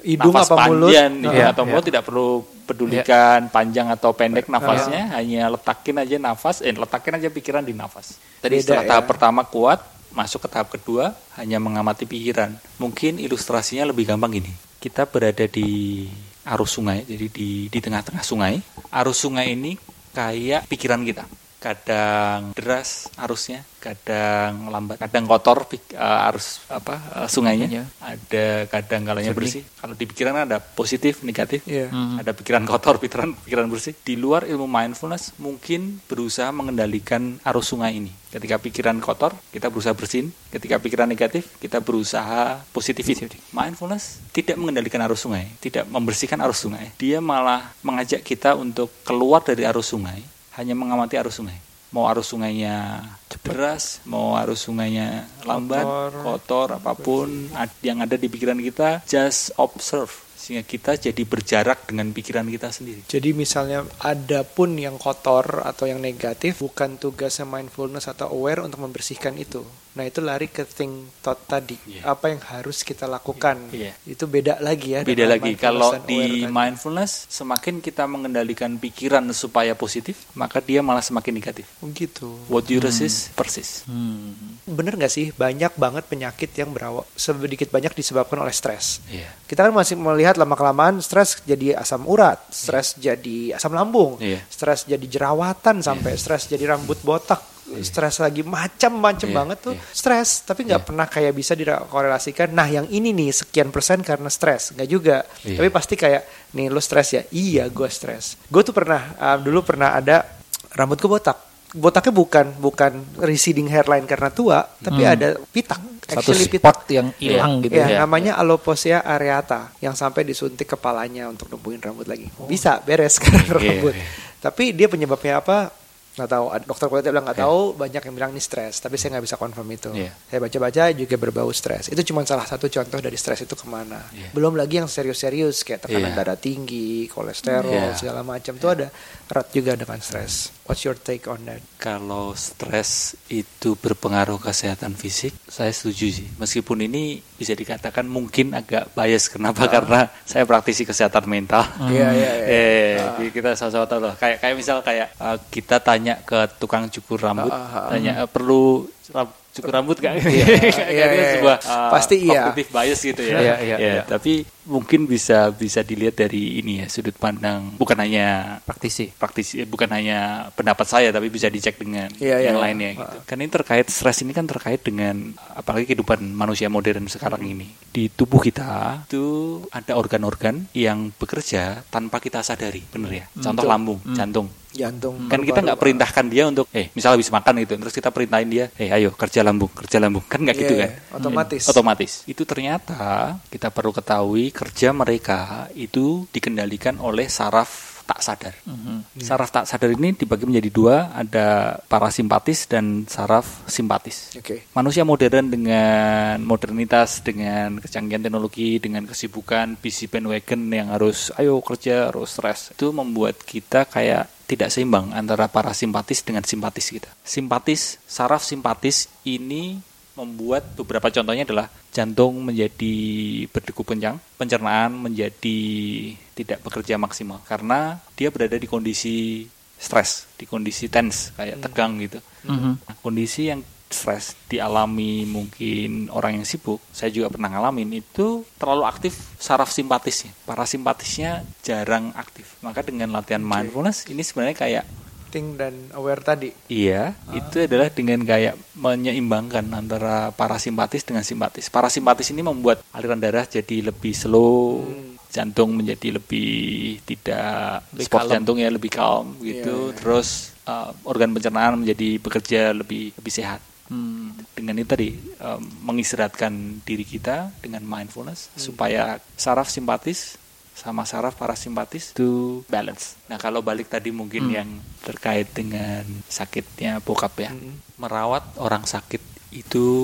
hidung nafas apa mulut, panjang uh, ya, atau yeah. mulut tidak perlu pedulikan yeah. panjang atau pendek Uh, nafasnya, uh. hanya letakin aja nafas, eh letakin aja pikiran di nafas. Tadi Beda, setelah ya. tahap pertama kuat, masuk ke tahap kedua hanya mengamati pikiran. Mungkin ilustrasinya lebih gampang gini. Kita berada di arus sungai, jadi di di tengah-tengah sungai. Arus sungai ini kayak pikiran kita. Kadang deras arusnya, kadang lambat, kadang kotor uh, arus apa uh, sungainya. Yeah. Ada kadang kalanya bersih. Kalau di pikiran ada positif, negatif. Yeah. Mm-hmm. Ada pikiran kotor, pikiran pikiran bersih. Di luar ilmu mindfulness mungkin berusaha mengendalikan arus sungai ini. Ketika pikiran kotor, kita berusaha bersihin. Ketika pikiran negatif, kita berusaha positivity. Mindfulness tidak mengendalikan arus sungai, tidak membersihkan arus sungai. Dia malah mengajak kita untuk keluar dari arus sungai, hanya mengamati arus sungai. Mau arus sungainya deras, mau arus sungainya lambat, kotor, kotor apapun yang ada di pikiran kita, just observe. Sehingga kita jadi berjarak dengan pikiran kita sendiri. Jadi misalnya ada pun yang kotor atau yang negatif, bukan tugasnya mindfulness atau aware untuk membersihkan itu. Nah itu lari ke think thought tadi. Yeah. Apa yang harus kita lakukan. Yeah. Itu beda lagi ya. Beda lagi. Kalau di mindfulness, semakin kita mengendalikan pikiran supaya positif, maka dia malah semakin negatif. Begitu. What you resist, hmm. persis. Hmm. Bener gak sih? Banyak banget penyakit yang berawal, sedikit banyak disebabkan oleh stres. Yeah. Kita kan masih melihat lama-kelamaan stres jadi asam urat, stres yeah. jadi asam lambung, yeah. stres jadi jerawatan, sampai yeah. stres jadi rambut botak. Yeah. Stres lagi macam-macam yeah, banget tuh yeah. stres, tapi nggak yeah. pernah kayak bisa dikorelasikan. Nah yang ini nih sekian persen karena stres, nggak juga. Yeah. Tapi pasti kayak nih lo stres ya, iya gue stres. Gue tuh pernah uh, dulu pernah ada rambut gue botak. Botaknya bukan bukan receding hairline karena tua, tapi hmm. ada pitak. Satu spot yang hilang gitu ya. Ya. Namanya alopecia areata yang sampai disuntik kepalanya untuk numbuhin rambut lagi. Oh. Bisa beres sekarang yeah, rambut. Yeah. Tapi dia penyebabnya apa? Nggak tahu, dokter kulitnya bilang nggak yeah. tahu, banyak yang bilang ini stres, tapi saya nggak bisa confirm itu. Yeah. Saya baca-baca juga berbau stres. Itu cuma salah satu contoh dari stres itu kemana. Yeah. Belum lagi yang serius-serius kayak tekanan yeah. darah tinggi, kolesterol, yeah. segala macam. Itu yeah. ada erat juga dengan stres. What's your take on that? Kalau stres itu berpengaruh kesehatan fisik, saya setuju sih. Meskipun ini bisa dikatakan mungkin agak bias. Kenapa? Uh. Karena saya praktisi kesehatan mental. Iya, iya, iya. Kita sama-sama tahu loh. Kayak kayak misal kayak uh, kita tanya ke tukang cukur rambut, uh, uh, uh, tanya uh, perlu cukur rambut gak? Iya, iya, iya, sebuah uh, pasti iya. Cognitive bias gitu ya. Iya, iya, ya, iya. Tapi mungkin bisa bisa dilihat dari ini ya, sudut pandang bukan hanya praktisi, praktisi bukan hanya pendapat saya, tapi bisa dicek dengan iya, yang iya. lainnya gitu. Kan ini terkait stres ini kan terkait dengan apalagi kehidupan manusia modern sekarang ini. Di tubuh kita itu ada organ-organ yang bekerja tanpa kita sadari, bener ya? Contoh hmm. lambung, hmm. jantung. Jantung. Kan kita nggak perintahkan dia untuk, eh misal habis makan gitu, terus kita perintahin dia, eh ayo kerja lambung, kerja lambung, kan nggak yeah, gitu kan? Otomatis. Hmm. Otomatis. Itu ternyata kita perlu ketahui kerja mereka itu dikendalikan oleh saraf tak sadar. Mm-hmm. Saraf tak sadar ini dibagi menjadi dua, ada parasimpatis dan saraf simpatis. Okay. Manusia modern dengan modernitas, dengan kecanggihan teknologi, dengan kesibukan, busy bandwagon yang harus ayo kerja, harus stres, itu membuat kita kayak tidak seimbang antara parasimpatis dengan simpatis kita. Simpatis, saraf simpatis ini membuat beberapa contohnya adalah jantung menjadi berdegup kencang, pencernaan menjadi tidak bekerja maksimal karena dia berada di kondisi stres, di kondisi tense kayak hmm. tegang gitu. Hmm. Nah, kondisi yang stres dialami mungkin orang yang sibuk, saya juga pernah ngalamin, itu terlalu aktif saraf simpatisnya, parasimpatisnya jarang aktif. Maka dengan latihan okay. mindfulness ini sebenarnya kayak dan aware tadi. Iya, ah. itu adalah dengan kayak menyeimbangkan antara parasimpatis dengan simpatis. Parasimpatis ini membuat aliran darah jadi lebih slow, hmm. jantung menjadi lebih tidak spot jantungnya lebih calm gitu. Yeah, yeah. Terus uh, organ pencernaan menjadi bekerja lebih lebih sehat. Hmm. Dengan itu tadi um, mengistirahatkan diri kita dengan mindfulness hmm. supaya saraf simpatis sama saraf parasimpatis itu balance. Nah kalau balik tadi mungkin hmm. yang terkait dengan sakitnya bokap ya, hmm. merawat orang sakit itu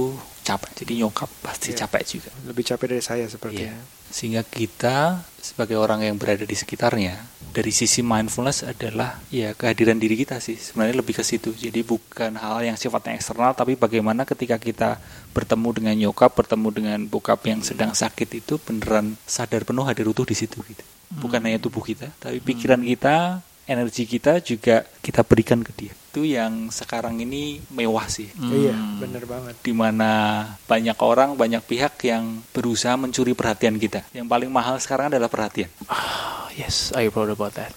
capek. Jadi nyokap pasti yeah. capek juga. Lebih capek dari saya sepertinya. Yeah. Sehingga kita sebagai orang yang berada di sekitarnya, dari sisi mindfulness adalah ya kehadiran diri kita sih. Sebenarnya lebih ke situ. Jadi bukan hal yang sifatnya eksternal, tapi bagaimana ketika kita bertemu dengan nyokap, bertemu dengan bokap yang sedang sakit itu beneran sadar penuh hadir utuh di situ gitu. Bukan hmm. hanya tubuh kita, tapi pikiran kita, energi kita juga kita berikan ke dia. Itu yang sekarang ini mewah sih. Hmm. Iya, benar banget. Dimana banyak orang, banyak pihak yang berusaha mencuri perhatian kita. Yang paling mahal sekarang adalah perhatian. Oh, yes, I proud about that.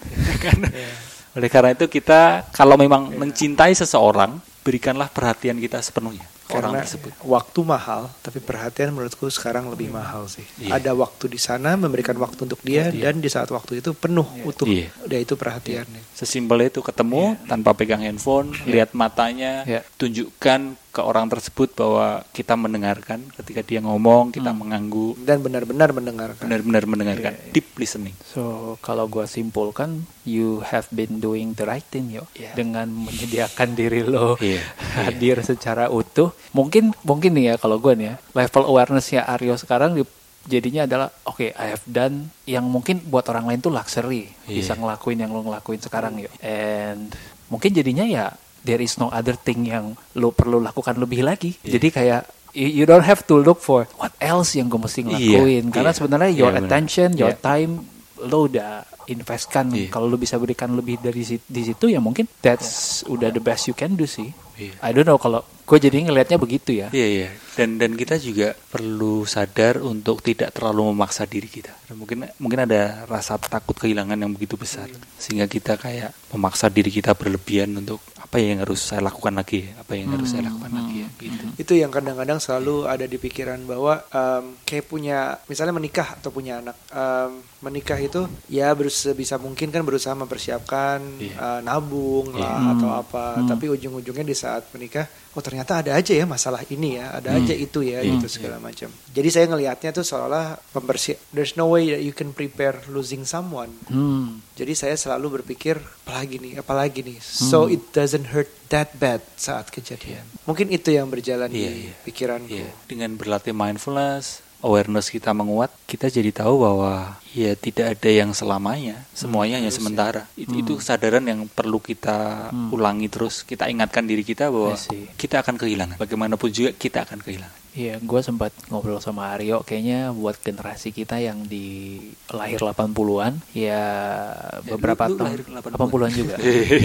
yeah. Oleh karena itu kita kalau memang yeah. mencintai seseorang, berikanlah perhatian kita sepenuhnya. Orang Karena tersebut. Waktu mahal, tapi perhatian menurutku sekarang lebih hmm. mahal sih. Yeah. Ada waktu di sana, memberikan waktu untuk dia, yeah. dan di saat waktu itu penuh yeah. utuh. Yeah. Udah itu perhatiannya. Yeah. Sesimpel itu ketemu yeah. tanpa pegang handphone, yeah. lihat matanya, yeah. tunjukkan ke orang tersebut bahwa kita mendengarkan ketika dia ngomong, kita hmm. mengganggu dan benar-benar mendengarkan. Benar-benar mendengarkan, yeah. deep listening. So kalau gue simpulkan, you have been doing the right thing yo, yeah. dengan menyediakan diri lo yeah. hadir yeah. secara utuh. Mungkin mungkin nih ya kalau gue nih ya, level awareness-nya Aryo sekarang di, jadinya adalah oke, okay, I have done yang mungkin buat orang lain tuh luxury, yeah. bisa ngelakuin yang lo ngelakuin sekarang yo. And mungkin jadinya ya there is no other thing yang lo perlu lakukan lebih lagi. Yeah. Jadi kayak you, you don't have to look for what else yang gue mesti ngelakuin. Yeah. Karena yeah. sebenarnya your yeah, attention, bener. your yeah. time lo udah investkan. Yeah. Kalau lo bisa berikan lebih dari di situ ya mungkin that's yeah. udah the best you can do sih. Yeah. I don't know kalau gue jadi ngelihatnya begitu ya. Iya yeah, iya. Yeah. Dan dan kita juga perlu sadar untuk tidak terlalu memaksa diri kita. Dan mungkin mungkin ada rasa takut kehilangan yang begitu besar hmm. sehingga kita kayak memaksa diri kita berlebihan untuk apa yang harus saya lakukan lagi, apa yang hmm. harus saya lakukan hmm. lagi ya, gitu. Itu yang kadang-kadang selalu ada di pikiran bahwa um, kayak punya misalnya menikah atau punya anak, um, menikah itu ya sebisa mungkin kan berusaha mempersiapkan yeah. uh, nabung yeah. lah hmm. atau apa, hmm. tapi ujung-ujungnya di saat menikah oh ternyata ada aja ya masalah ini ya, ada hmm. aja itu ya hmm. gitu segala yeah. macam. Jadi saya ngelihatnya tuh seolah mempersiap, there's no way that you can prepare losing someone. Hmm. Jadi saya selalu berpikir apalagi nih, apalagi nih, hmm. so it doesn't hurt that bad saat kejadian. Mungkin itu yang berjalan yeah, di yeah. pikiranku. Yeah. Dengan berlatih mindfulness, awareness kita menguat, kita jadi tahu bahwa ya tidak ada yang selamanya, semuanya hmm, hanya sementara. Ya. Itu, hmm. itu kesadaran yang perlu kita hmm. ulangi terus. Kita ingatkan diri kita bahwa kita akan kehilangan. Bagaimanapun juga kita akan kehilangan. Iya, gue sempat ngobrol sama Aryo, kayaknya buat generasi kita yang di lahir delapan puluhan, ya beberapa ya, tahun delapan puluhan juga.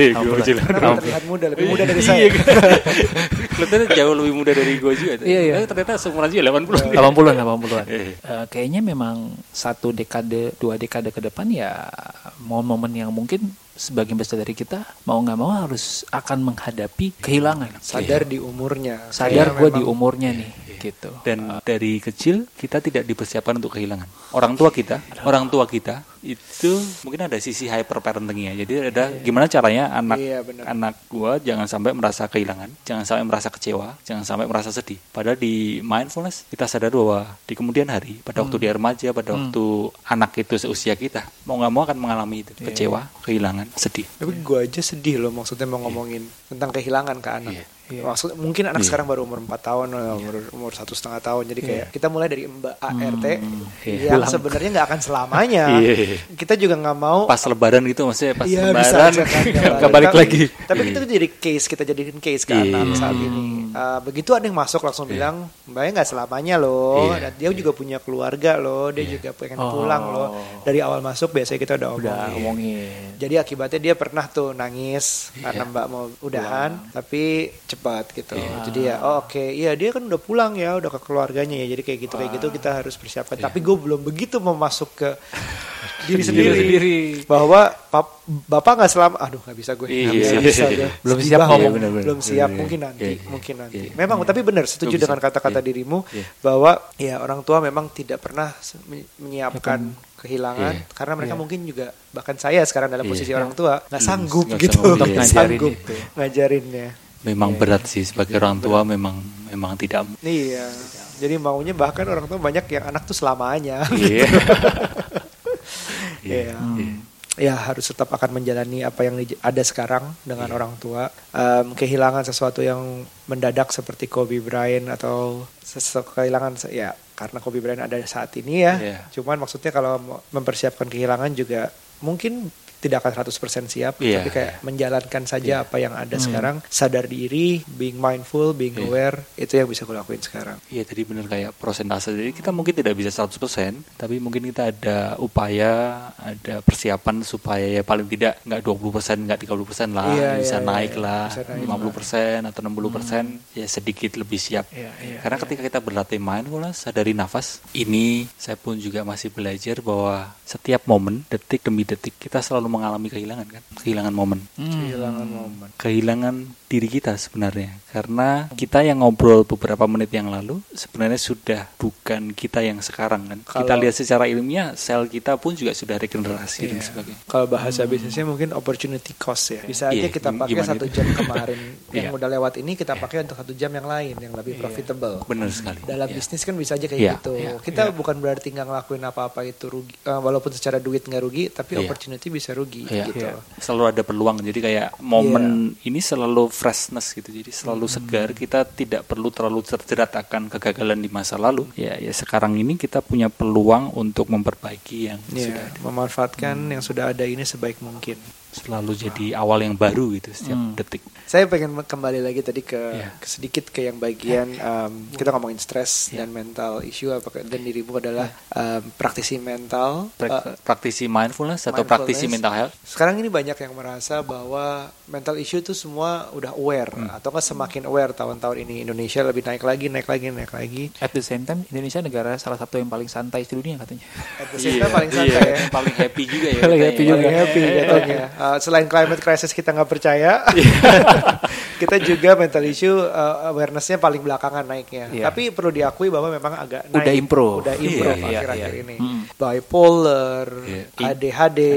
Karena terlihat muda, lebih muda dari saya. Kelihatannya jauh lebih muda dari gue juga. Iya, iya. Ternyata seumuran juga delapan puluhan. delapan puluhan, delapan puluhan. uh, kayaknya memang satu dekade, dua dekade ke depan ya momen-momen yang mungkin sebagian besar dari kita mau nggak mau harus akan menghadapi kehilangan. Sadar di umurnya. Sadar gue di umurnya nih. Gitu. Dan uh, dari kecil kita tidak dipersiapkan untuk kehilangan. Orang tua kita, orang tua kita itu mungkin ada sisi hyper parentingnya. Jadi ada yeah. gimana caranya anak yeah, anak gua jangan sampai merasa kehilangan, jangan sampai merasa kecewa, jangan sampai merasa sedih. Padahal di mindfulness kita sadar bahwa di kemudian hari, pada hmm. waktu dia remaja, pada hmm. waktu anak itu seusia kita, mau nggak mau akan mengalami itu, yeah. kecewa, kehilangan, sedih. Tapi gua aja sedih loh maksudnya mau ngomongin yeah. tentang kehilangan ke anak. Yeah. Yeah. Maksud mungkin anak yeah. sekarang baru umur empat tahun, yeah. umur umur satu setengah tahun. Jadi kayak yeah. kita mulai dari Mbak A R T hmm. yeah. yang sebenarnya nggak akan selamanya. yeah. Kita juga nggak mau pas lebaran gitu, maksudnya pas yeah, lebaran nggak balik lagi. Tapi kita tuh jadi case, kita jadiin case ke yeah. anak saat ini. Uh, begitu ada yang masuk langsung yeah. bilang Mbaknya nggak selamanya loh. Yeah. Dan dia juga punya keluarga loh. Dia yeah. juga pengen oh. pulang loh. Dari awal masuk biasanya kita udah omongin. Udah ngomongin. Jadi akibatnya dia pernah tuh nangis yeah. karena Mbak mau udahan, wow. tapi cepat gitu. Yeah. Jadi ya, oh, oke, okay. iya dia kan udah pulang ya, udah ke keluarganya ya. Jadi kayak gitu wow. kayak gitu kita harus persiapkan. Yeah. Tapi gue belum begitu mau masuk ke diri sendiri, sendiri. Bahwa pap, bapak nggak selama, aduh nggak bisa gue, yeah. bisa, bisa gue. belum siap ngomong, ya, belum siap, yeah. mungkin nanti, yeah. mungkin nanti. Yeah. Memang, yeah. tapi benar setuju yeah. dengan kata-kata yeah. dirimu yeah. bahwa ya orang tua memang tidak pernah menyiapkan yeah. kehilangan yeah. karena mereka yeah. mungkin juga bahkan saya sekarang dalam posisi yeah. orang tua nggak sanggup mm, gitu, nggak yeah. sanggup gitu. ngajarinnya. Memang yeah. berat sih sebagai orang tua, berat. memang memang tidak. Iya. Jadi maunya bahkan orang tua banyak yang anak tuh selamanya. Iya. yeah. yeah. hmm. ya harus tetap akan menjalani apa yang ada sekarang dengan yeah. orang tua. Um, kehilangan sesuatu yang mendadak seperti Kobe Bryant atau sesuatu kehilangan ya karena Kobe Bryant ada saat ini ya. Yeah. Cuman maksudnya kalau mempersiapkan kehilangan juga mungkin tidak akan seratus persen siap, yeah, tapi kayak yeah. menjalankan saja yeah. apa yang ada hmm. sekarang, sadar diri, being mindful, being yeah. aware, itu yang bisa aku lakuin sekarang. Iya, yeah, tadi benar kayak prosentase. Jadi kita mungkin tidak bisa seratus persen, tapi mungkin kita ada upaya, ada persiapan supaya ya paling tidak nggak dua puluh persen, nggak tiga puluh persen lah, yeah, bisa yeah, naik yeah, lah, bisa naik lima puluh persen atau enam puluh persen, hmm. ya sedikit lebih siap. Yeah, yeah, Karena yeah. ketika kita berlatih mindfulness, sadari nafas, ini saya pun juga masih belajar bahwa setiap momen, detik demi detik, kita selalu mengalami kehilangan kan, kehilangan momen, hmm. kehilangan momen, kehilangan diri kita sebenarnya, karena kita yang ngobrol beberapa menit yang lalu sebenarnya sudah bukan kita yang sekarang kan. Kalau kita lihat secara ilmiah, sel kita pun juga sudah regenerasi yeah. dan sebagainya. Kalau bahasa hmm. bisnisnya mungkin opportunity cost ya, bisa aja yeah. kita pakai satu gitu? jam kemarin yang yeah. udah lewat ini kita pakai yeah. untuk satu jam yang lain yang lebih yeah. profitable. Benar sekali. Dalam yeah. bisnis kan bisa aja kayak yeah. gitu. Yeah. Kita yeah. bukan berarti nggak ngelakuin apa-apa itu rugi, uh, walaupun secara duit nggak rugi, tapi yeah. opportunity bisa rugi yeah. gitu. Yeah. Selalu ada peluang. Jadi kayak momen yeah. ini selalu freshness gitu. Jadi selalu hmm. segar. Kita tidak perlu terlalu terjerat akan kegagalan di masa lalu. Ya, ya sekarang ini kita punya peluang untuk memperbaiki yang yeah. sudah ada. Memanfaatkan hmm. yang sudah ada ini sebaik mungkin. Selalu jadi awal yang baru gitu setiap hmm. detik. Saya pengen kembali lagi tadi ke, yeah. ke sedikit ke yang bagian um, kita ngomongin stres yeah. dan mental issue apakah dan dirimu adalah um, praktisi mental, pra- uh, praktisi mindfulness atau mindfulness. praktisi mental health. Sekarang ini banyak yang merasa bahwa mental issue itu semua udah aware hmm. atau nggak semakin aware tahun-tahun ini Indonesia lebih naik lagi, naik lagi, naik lagi. At the same time Indonesia negara salah satu yang paling santai di dunia katanya. At the same time yeah. paling santai yeah. ya, paling happy juga ya. Paling happy juga, happy katanya. Uh, selain climate crisis kita nggak percaya, kita juga mental issue uh, awareness-nya paling belakangan naiknya. Yeah. Tapi perlu diakui bahwa memang agak naik. Udah improve. Udah improve yeah, akhir-akhir yeah, yeah. ini. Hmm. Bipolar, yeah. A D H D,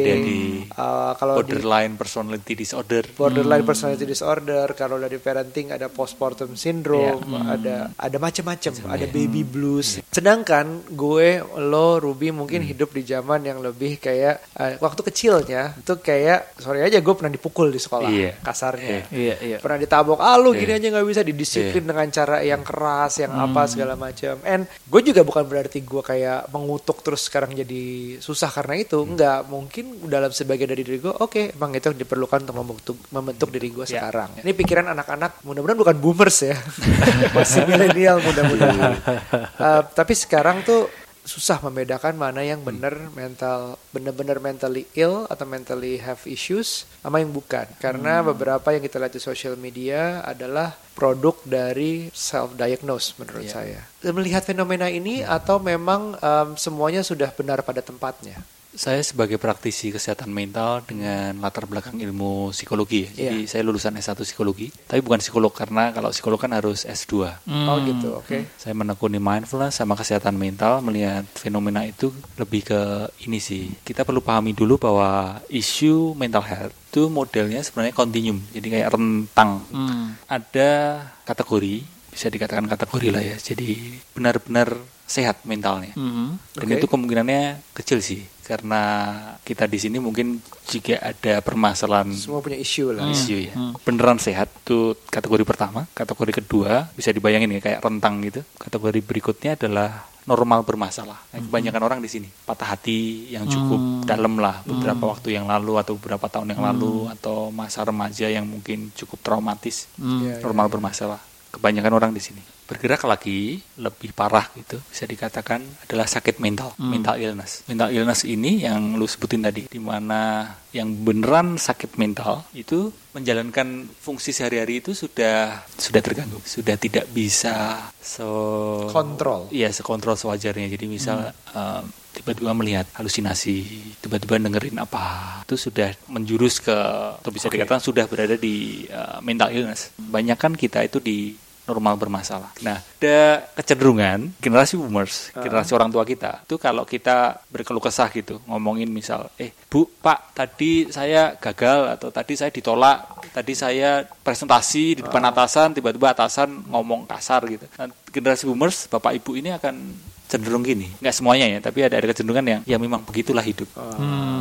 uh, kalau borderline di, personality disorder. Borderline hmm. personality disorder. Kalau dari parenting ada postpartum syndrome, yeah. hmm. ada ada macam-macam, ada baby blues. Yeah. Sedangkan gue, lo, Ruby mungkin hmm. hidup di zaman yang lebih kayak uh, waktu kecilnya itu kayak sorry aja gue pernah dipukul di sekolah yeah. kasarnya. Yeah. Yeah. Pernah ditabok, ah lu gini yeah. aja nggak bisa didisiplin yeah. dengan cara yang keras, yang hmm. apa segala macam. And gue juga bukan berarti gue kayak mengutuk terus sekarang jadi susah karena itu. Hmm. Enggak, mungkin dalam sebagian dari diri gue, oke, okay, emang itu diperlukan untuk membentuk membentuk diri gue yeah. sekarang. Ini pikiran anak-anak, mudah-mudahan bukan boomers ya, masih milenial mudah-mudahan. uh, tapi sekarang tuh susah membedakan mana yang benar mental benar-benar mentally ill atau mentally have issues sama yang bukan, karena hmm. beberapa yang kita lihat di social media adalah produk dari self diagnose menurut yeah. saya. Melihat fenomena ini yeah. atau memang um, semuanya sudah benar pada tempatnya? Saya sebagai praktisi kesehatan mental dengan latar belakang ilmu psikologi, ya. Jadi yeah. saya lulusan S satu psikologi, tapi bukan psikolog karena kalau psikolog kan harus S dua. Hmm. Oh gitu, oke. Okay. Saya menekuni mindfulness sama kesehatan mental, melihat fenomena itu lebih ke ini sih. Kita perlu pahami dulu bahwa isu mental health itu modelnya sebenarnya continuum, jadi kayak rentang. Hmm. Ada kategori, bisa dikatakan kategori lah ya. Jadi benar-benar sehat mentalnya, mm-hmm. dan okay. itu kemungkinannya kecil sih, karena kita di sini mungkin jika ada permasalahan, semua punya isu lah, isu ya, mm. beneran sehat itu kategori pertama. Kategori kedua bisa dibayangin ya kayak rentang gitu. Kategori berikutnya adalah normal bermasalah. Nah, kebanyakan mm. orang di sini patah hati yang cukup mm. dalam lah beberapa mm. waktu yang lalu atau beberapa tahun yang mm. lalu, atau masa remaja yang mungkin cukup traumatis, mm. normal yeah, yeah. bermasalah. Kebanyakan orang di sini bergerak lagi lebih parah gitu, bisa dikatakan adalah sakit mental, hmm. mental illness. Mental illness ini yang lu sebutin tadi, di mana yang beneran sakit mental itu menjalankan fungsi sehari-hari itu sudah sudah terganggu, sudah tidak bisa so kontrol. Iya, sekontrol sewajarnya. Jadi misal hmm. um, tiba-tiba melihat halusinasi, tiba-tiba dengerin apa, itu sudah menjurus ke, atau bisa okay. dikatakan sudah berada di uh, mental illness. Banyakan kita itu di normal bermasalah. Nah, ada kecenderungan generasi boomers, uh. generasi orang tua kita, itu kalau kita berkeluh kesah gitu, ngomongin misal, eh Bu, Pak, tadi saya gagal, atau tadi saya ditolak, tadi saya presentasi di depan uh. atasan, tiba-tiba atasan ngomong kasar gitu. Nah, generasi boomers, Bapak Ibu ini akan cenderung gini, nggak semuanya ya, tapi ada ada kecenderungan yang ya memang begitulah hidup. Hmm.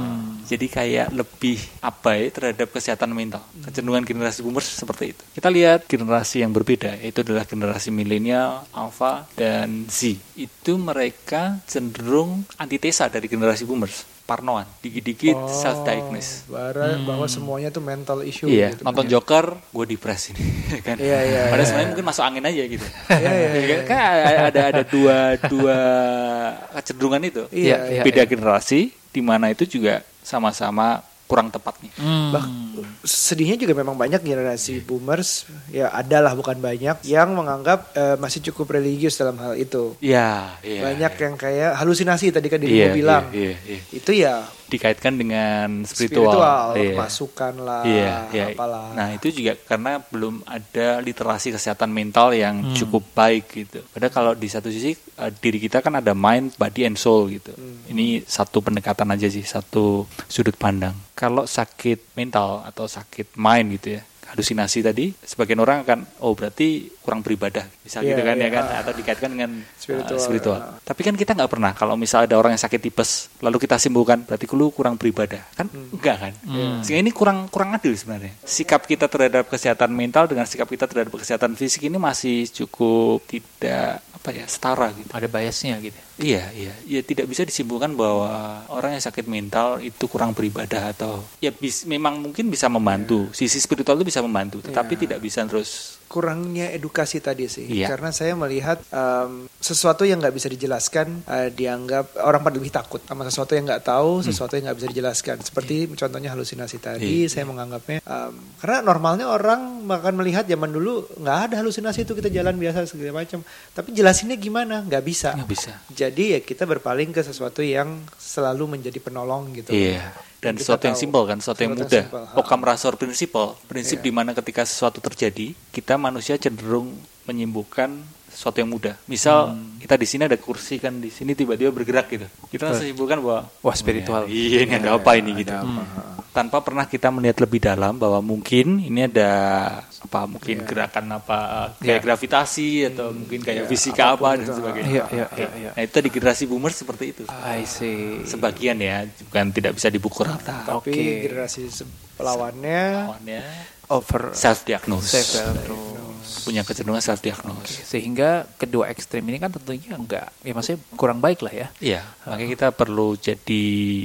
Jadi kayak lebih abai terhadap kesehatan mental. Kecenderungan generasi boomers seperti itu. Kita lihat generasi yang berbeda, yaitu adalah generasi milenial, alpha, dan Z. Itu mereka cenderung antitesa dari generasi boomers. Parnoan, dikit-dikit oh, self-diagnose. Hmm. Bahwa semuanya tuh mental issue. Iya, gitu. Nonton Joker, gue depres ini. kan? Iya, iya. Padahal iya. sebenarnya mungkin masuk angin aja gitu. Iya, iya, iya. Kan ada ada dua dua kecenderungan itu. Iya, ya, beda iya. generasi, di mana itu juga sama-sama kurang tepat nih. Hmm. Bah, sedihnya juga memang banyak generasi boomers, ya adalah bukan banyak yang menganggap uh, masih cukup religius dalam hal itu. Iya, iya. Banyak ya. yang kayak halusinasi tadi kan dirimu iya, bilang. Iya, iya, iya. Itu ya dikaitkan dengan spiritual, spiritual iya. masukan lah, iya, iya. apalah. Nah itu juga karena belum ada literasi kesehatan mental yang hmm. cukup baik gitu. Padahal kalau di satu sisi uh, diri kita kan ada mind, body, and soul gitu. Hmm. Ini satu pendekatan aja sih, satu sudut pandang. Kalau sakit mental atau sakit mind gitu ya, halusinasi tadi, sebagian orang akan, oh berarti kurang beribadah, misal yeah, gitu kan yeah. ya kan, atau dikaitkan dengan spiritual. Uh, spiritual. Uh. Tapi kan kita nggak pernah, kalau misalnya ada orang yang sakit tipes, lalu kita simpulkan, berarti lu kurang beribadah, kan? Hmm. Enggak kan? Hmm. Sehingga ini kurang kurang adil sebenarnya. Sikap kita terhadap kesehatan mental dengan sikap kita terhadap kesehatan fisik ini masih cukup tidak apa ya setara gitu. Ada biasnya gitu. Iya, iya, ya tidak bisa disimpulkan bahwa orang yang sakit mental itu kurang beribadah atau ya bis, memang mungkin bisa membantu. Yeah. Sisi spiritual itu bisa membantu, tetapi yeah. tidak bisa terus. Kurangnya edukasi tadi sih, yeah. karena saya melihat um, sesuatu yang nggak bisa dijelaskan uh, dianggap orang pada lebih takut sama sesuatu yang nggak tahu, hmm. sesuatu yang nggak bisa dijelaskan. Seperti yeah. contohnya halusinasi tadi, yeah. saya menganggapnya um, karena normalnya orang akan melihat zaman dulu nggak ada halusinasi itu kita jalan biasa segala macam, tapi jelasinnya gimana? Nggak bisa. Nggak bisa. Jadi ya kita berpaling ke sesuatu yang selalu menjadi penolong gitu. Iya. Dan sesuatu yang simpel kan, sesuatu yang mudah. Occam razor principle, prinsip yeah. di mana ketika sesuatu terjadi, kita manusia cenderung menyembuhkan sesuatu yang mudah. Misal hmm. kita di sini ada kursi kan, di sini tiba-tiba bergerak gitu. Kita langsung simpulkan bahwa wah spiritual. Ya, iya ini ya, ada apa ini gitu. Apa. Tanpa pernah kita melihat lebih dalam bahwa mungkin ini ada apa mungkin yeah. gerakan apa kayak yeah. gravitasi atau hmm. mungkin kayak yeah, fisika apa dan sebagainya. Iya, iya, iya, iya. Nah itu di generasi boomer seperti itu. I see. Sebagian ya, bukan tidak bisa dipukul rata. Tapi okay. generasi lawannya, lawannya over self diagnose. Self diagnose. Punya kecenderungan self diagnose. Okay. Sehingga kedua ekstrem ini kan tentunya enggak, ya maksudnya kurang baik lah ya. Iya, uh. makanya kita perlu jadi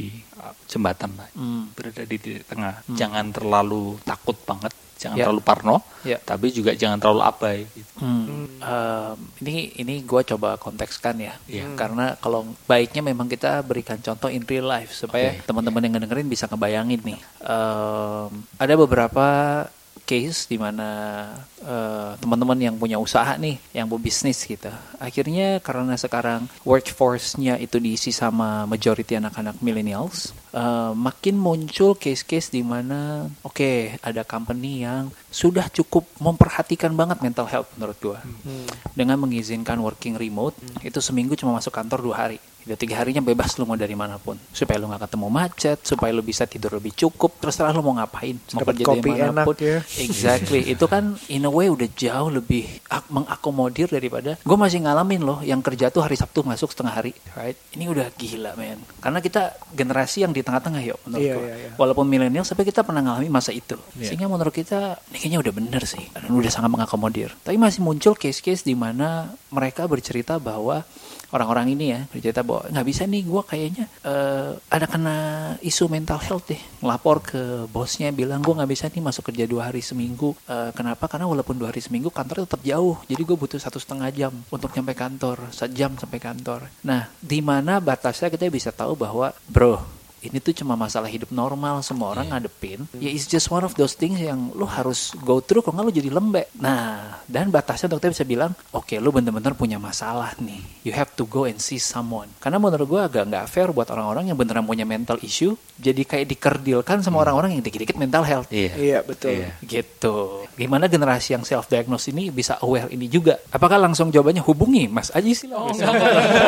jembatan lah, hmm. berada di, di tengah. Hmm. Jangan terlalu takut banget, jangan yeah. terlalu parno, yeah. tapi juga jangan terlalu abai. Gitu. Hmm. Um, ini ini gue coba kontekskan ya, yeah. karena kalau baiknya memang kita berikan contoh in real life supaya okay. teman-teman yang ngedengerin bisa ngebayangin nih. Um, ada beberapa case di mana uh, teman-teman yang punya usaha nih, yang berbisnis gitu. Akhirnya karena sekarang workforce-nya itu diisi sama majority anak-anak millennials, uh, makin muncul case-case di mana oke, okay, ada company yang sudah cukup memperhatikan banget mental health menurut gua. Hmm. Dengan mengizinkan working remote, hmm. itu seminggu cuma masuk kantor dua hari. Udah tiga harinya bebas lu mau dari manapun, supaya lu gak ketemu macet, supaya lu bisa tidur lebih cukup, terserah lu mau ngapain, mau kerja dari manapun. Ya. Exactly, itu kan in a way udah jauh lebih ak- mengakomodir daripada gue masih ngalamin loh yang kerja tuh hari Sabtu masuk setengah hari, right? Ini udah gila men, karena kita generasi yang di tengah-tengah yuk menurut yeah, gue, yeah, yeah. walaupun milenial, tapi kita pernah ngalamin masa itu, yeah. sehingga menurut kita ini kayaknya udah bener sih, dan udah sangat mengakomodir. Tapi masih muncul case-case di mana mereka bercerita bahwa orang-orang ini ya bercerita bahwa nggak bisa nih gue kayaknya uh, ada kena isu mental health deh, ngelapor ke bosnya bilang gue nggak bisa nih masuk kerja dua hari seminggu. Uh, kenapa? Karena walaupun dua hari seminggu kantornya tetap jauh, jadi gue butuh satu setengah jam untuk nyampe kantor, sejam sampai kantor. Nah, di mana batasnya kita bisa tahu bahwa bro, ini tuh cuma masalah hidup normal, semua orang yeah. ngadepin. Ya it's just one of those things yang lu harus go through, kalau nggak lu jadi lembek. Nah, dan batasnya untuk kita bisa bilang, oke, okay, lu bener-bener punya masalah nih. You have to go and see someone. Karena menurut gue agak nggak fair buat orang-orang yang beneran punya mental issue, jadi kayak dikerdilkan sama hmm. orang-orang yang dikit-dikit mental health. Iya, yeah. yeah, betul. Yeah. Gitu. Gimana generasi yang self-diagnose ini bisa aware ini juga? Apakah langsung jawabannya hubungi Mas Aji sih? Oh, enggak.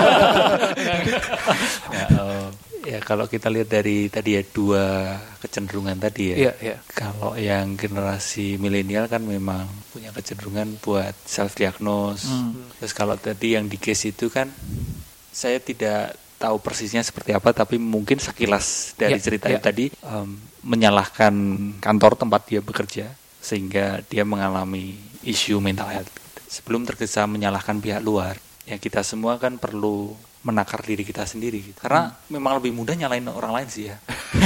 ya, oh. Ya kalau kita lihat dari tadi ya dua kecenderungan tadi ya. Yeah, yeah. Kalau yang generasi milenial kan memang punya kecenderungan buat self diagnose. Mm. Terus kalau tadi yang di case itu kan saya tidak tahu persisnya seperti apa, tapi mungkin sekilas dari ya, cerita ya. tadi um, menyalahkan kantor tempat dia bekerja sehingga dia mengalami isu mental health. Sebelum tergesa menyalahkan pihak luar, ya kita semua kan perlu menakar diri kita sendiri gitu. Karena hmm. memang lebih mudah nyalain orang lain sih ya.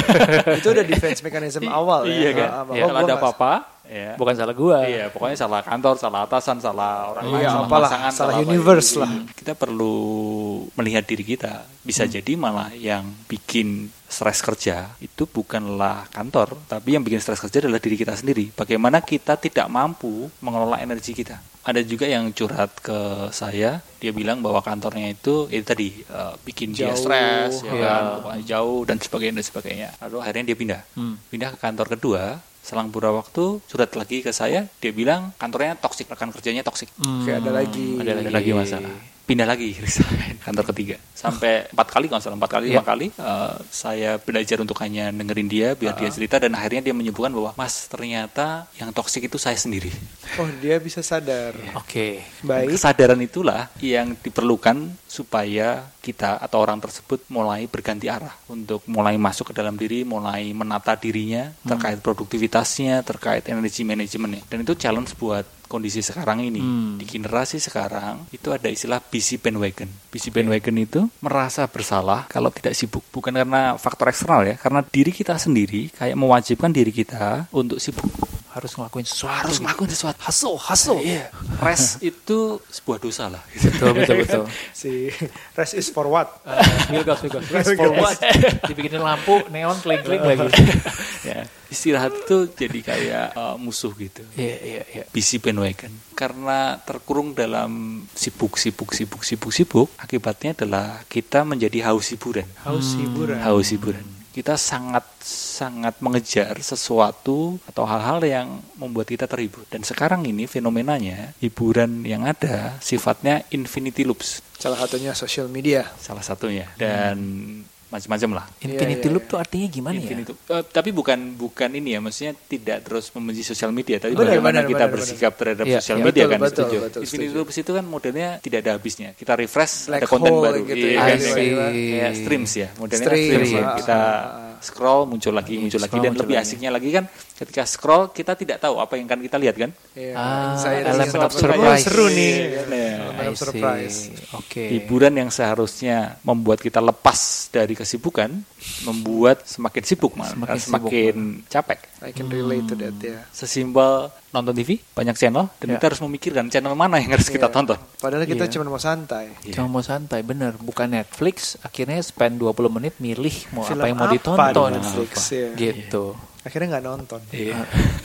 Itu udah defense mechanism awal ya. Iya kan. Nah, ya, oh, kalau ada apa-apa, ya. bukan salah gua. Iya, pokoknya salah kantor, salah atasan, salah orang lain, iya, salah apalah, pasangan, salah salah universe lah. Kita perlu melihat diri kita. Bisa hmm. jadi malah yang bikin stres kerja itu bukanlah kantor, tapi yang bikin stres kerja adalah diri kita sendiri. Bagaimana kita tidak mampu mengelola energi kita. Ada juga yang curhat ke saya, dia bilang bahwa kantornya itu itu tadi uh, bikin jauh, dia stres, ya, ya kan, pokoknya jauh dan sebagainya dan sebagainya. Lalu akhirnya dia pindah, hmm. pindah ke kantor kedua. Selang beberapa waktu curhat lagi ke saya, dia bilang kantornya toksik, rekan kerjanya toksik. Hmm. Kayak ada lagi, ada lagi, lagi masalah. Pindah lagi kantor ketiga sampai empat kali kalau salah empat kali lima yeah. kali uh, saya belajar untuk hanya dengerin dia biar uh-huh. dia cerita, dan akhirnya dia menyebutkan bahwa mas ternyata yang toksik itu saya sendiri. Oh, dia bisa sadar. Yeah. Oke, okay. Baik. Kesadaran itulah yang diperlukan supaya kita atau orang tersebut mulai berganti arah untuk mulai masuk ke dalam diri, mulai menata dirinya terkait hmm. produktivitasnya, terkait energi manajemennya, dan itu challenge buat kondisi sekarang ini. Hmm. Di generasi sekarang itu ada istilah busy bandwagon. Busy bandwagon itu merasa bersalah kalau tidak sibuk. Bukan karena faktor eksternal ya, karena diri kita sendiri kayak mewajibkan diri kita untuk sibuk. Harus ngelakuin sesuatu. Harus ngelakuin sesuatu. Hustle, hustle. Iya. Rest itu sebuah dosa lah. Betul, betul, betul. Si rest is for what? Uh, Bilgos, Bilgos. Rest for what? Dibikinin lampu, neon, kling-kling lagi. Ya. Istirahat itu jadi kayak uh, musuh gitu. Iya, iya, iya. Busy bandwagon. Karena terkurung dalam sibuk, sibuk, sibuk, sibuk, sibuk, akibatnya adalah kita menjadi haus hiburan. Haus hiburan. Hmm. Haus hiburan. Kita sangat sangat mengejar sesuatu atau hal-hal yang membuat kita terhibur. Dan sekarang ini fenomenanya hiburan yang ada sifatnya infinity loops. Salah satunya social media. Salah satunya. Dan hmm. macam-macam lah. Infinity yeah, loop yeah, tuh artinya gimana Infinity, ya? Uh, tapi bukan bukan ini ya, maksudnya tidak terus membenci sosial media, tapi benar, bagaimana benar, kita benar, bersikap benar. terhadap yeah, sosial yeah, media betul, kan betul, setuju. Betul, Infinity setuju. loops itu kan modelnya tidak ada habisnya. Kita refresh, Black ada konten hole, baru. Gitu, iya, ya, kan, iya, kan, iya. ya, streams ya, modelnya Stream, streams ya. ah, Kita ah, scroll muncul lagi, iya, muncul lagi, scroll, dan muncul lebih lagi. asiknya lagi kan ketika scroll kita tidak tahu apa yang akan kita lihat kan. Yeah. Ah, Saya element of seru, surprise. seru nih. Nah, Element of surprise. Oke. Okay. Hiburan yang seharusnya membuat kita lepas dari kesibukan membuat semakin sibuk malah, semakin, semakin sibuk, capek. I can relate to that ya. Sesimpel nonton T V, banyak channel, dan yeah. kita harus memikirkan channel mana yang harus yeah. kita tonton. Padahal kita yeah. cuma mau santai. Yeah. Cuma mau santai, bener. Bukan Netflix, akhirnya spend dua puluh menit milih mau film apa yang mau apa ditonton. Netflix, apa. Ya. Gitu. Akhirnya nggak nonton. Yeah.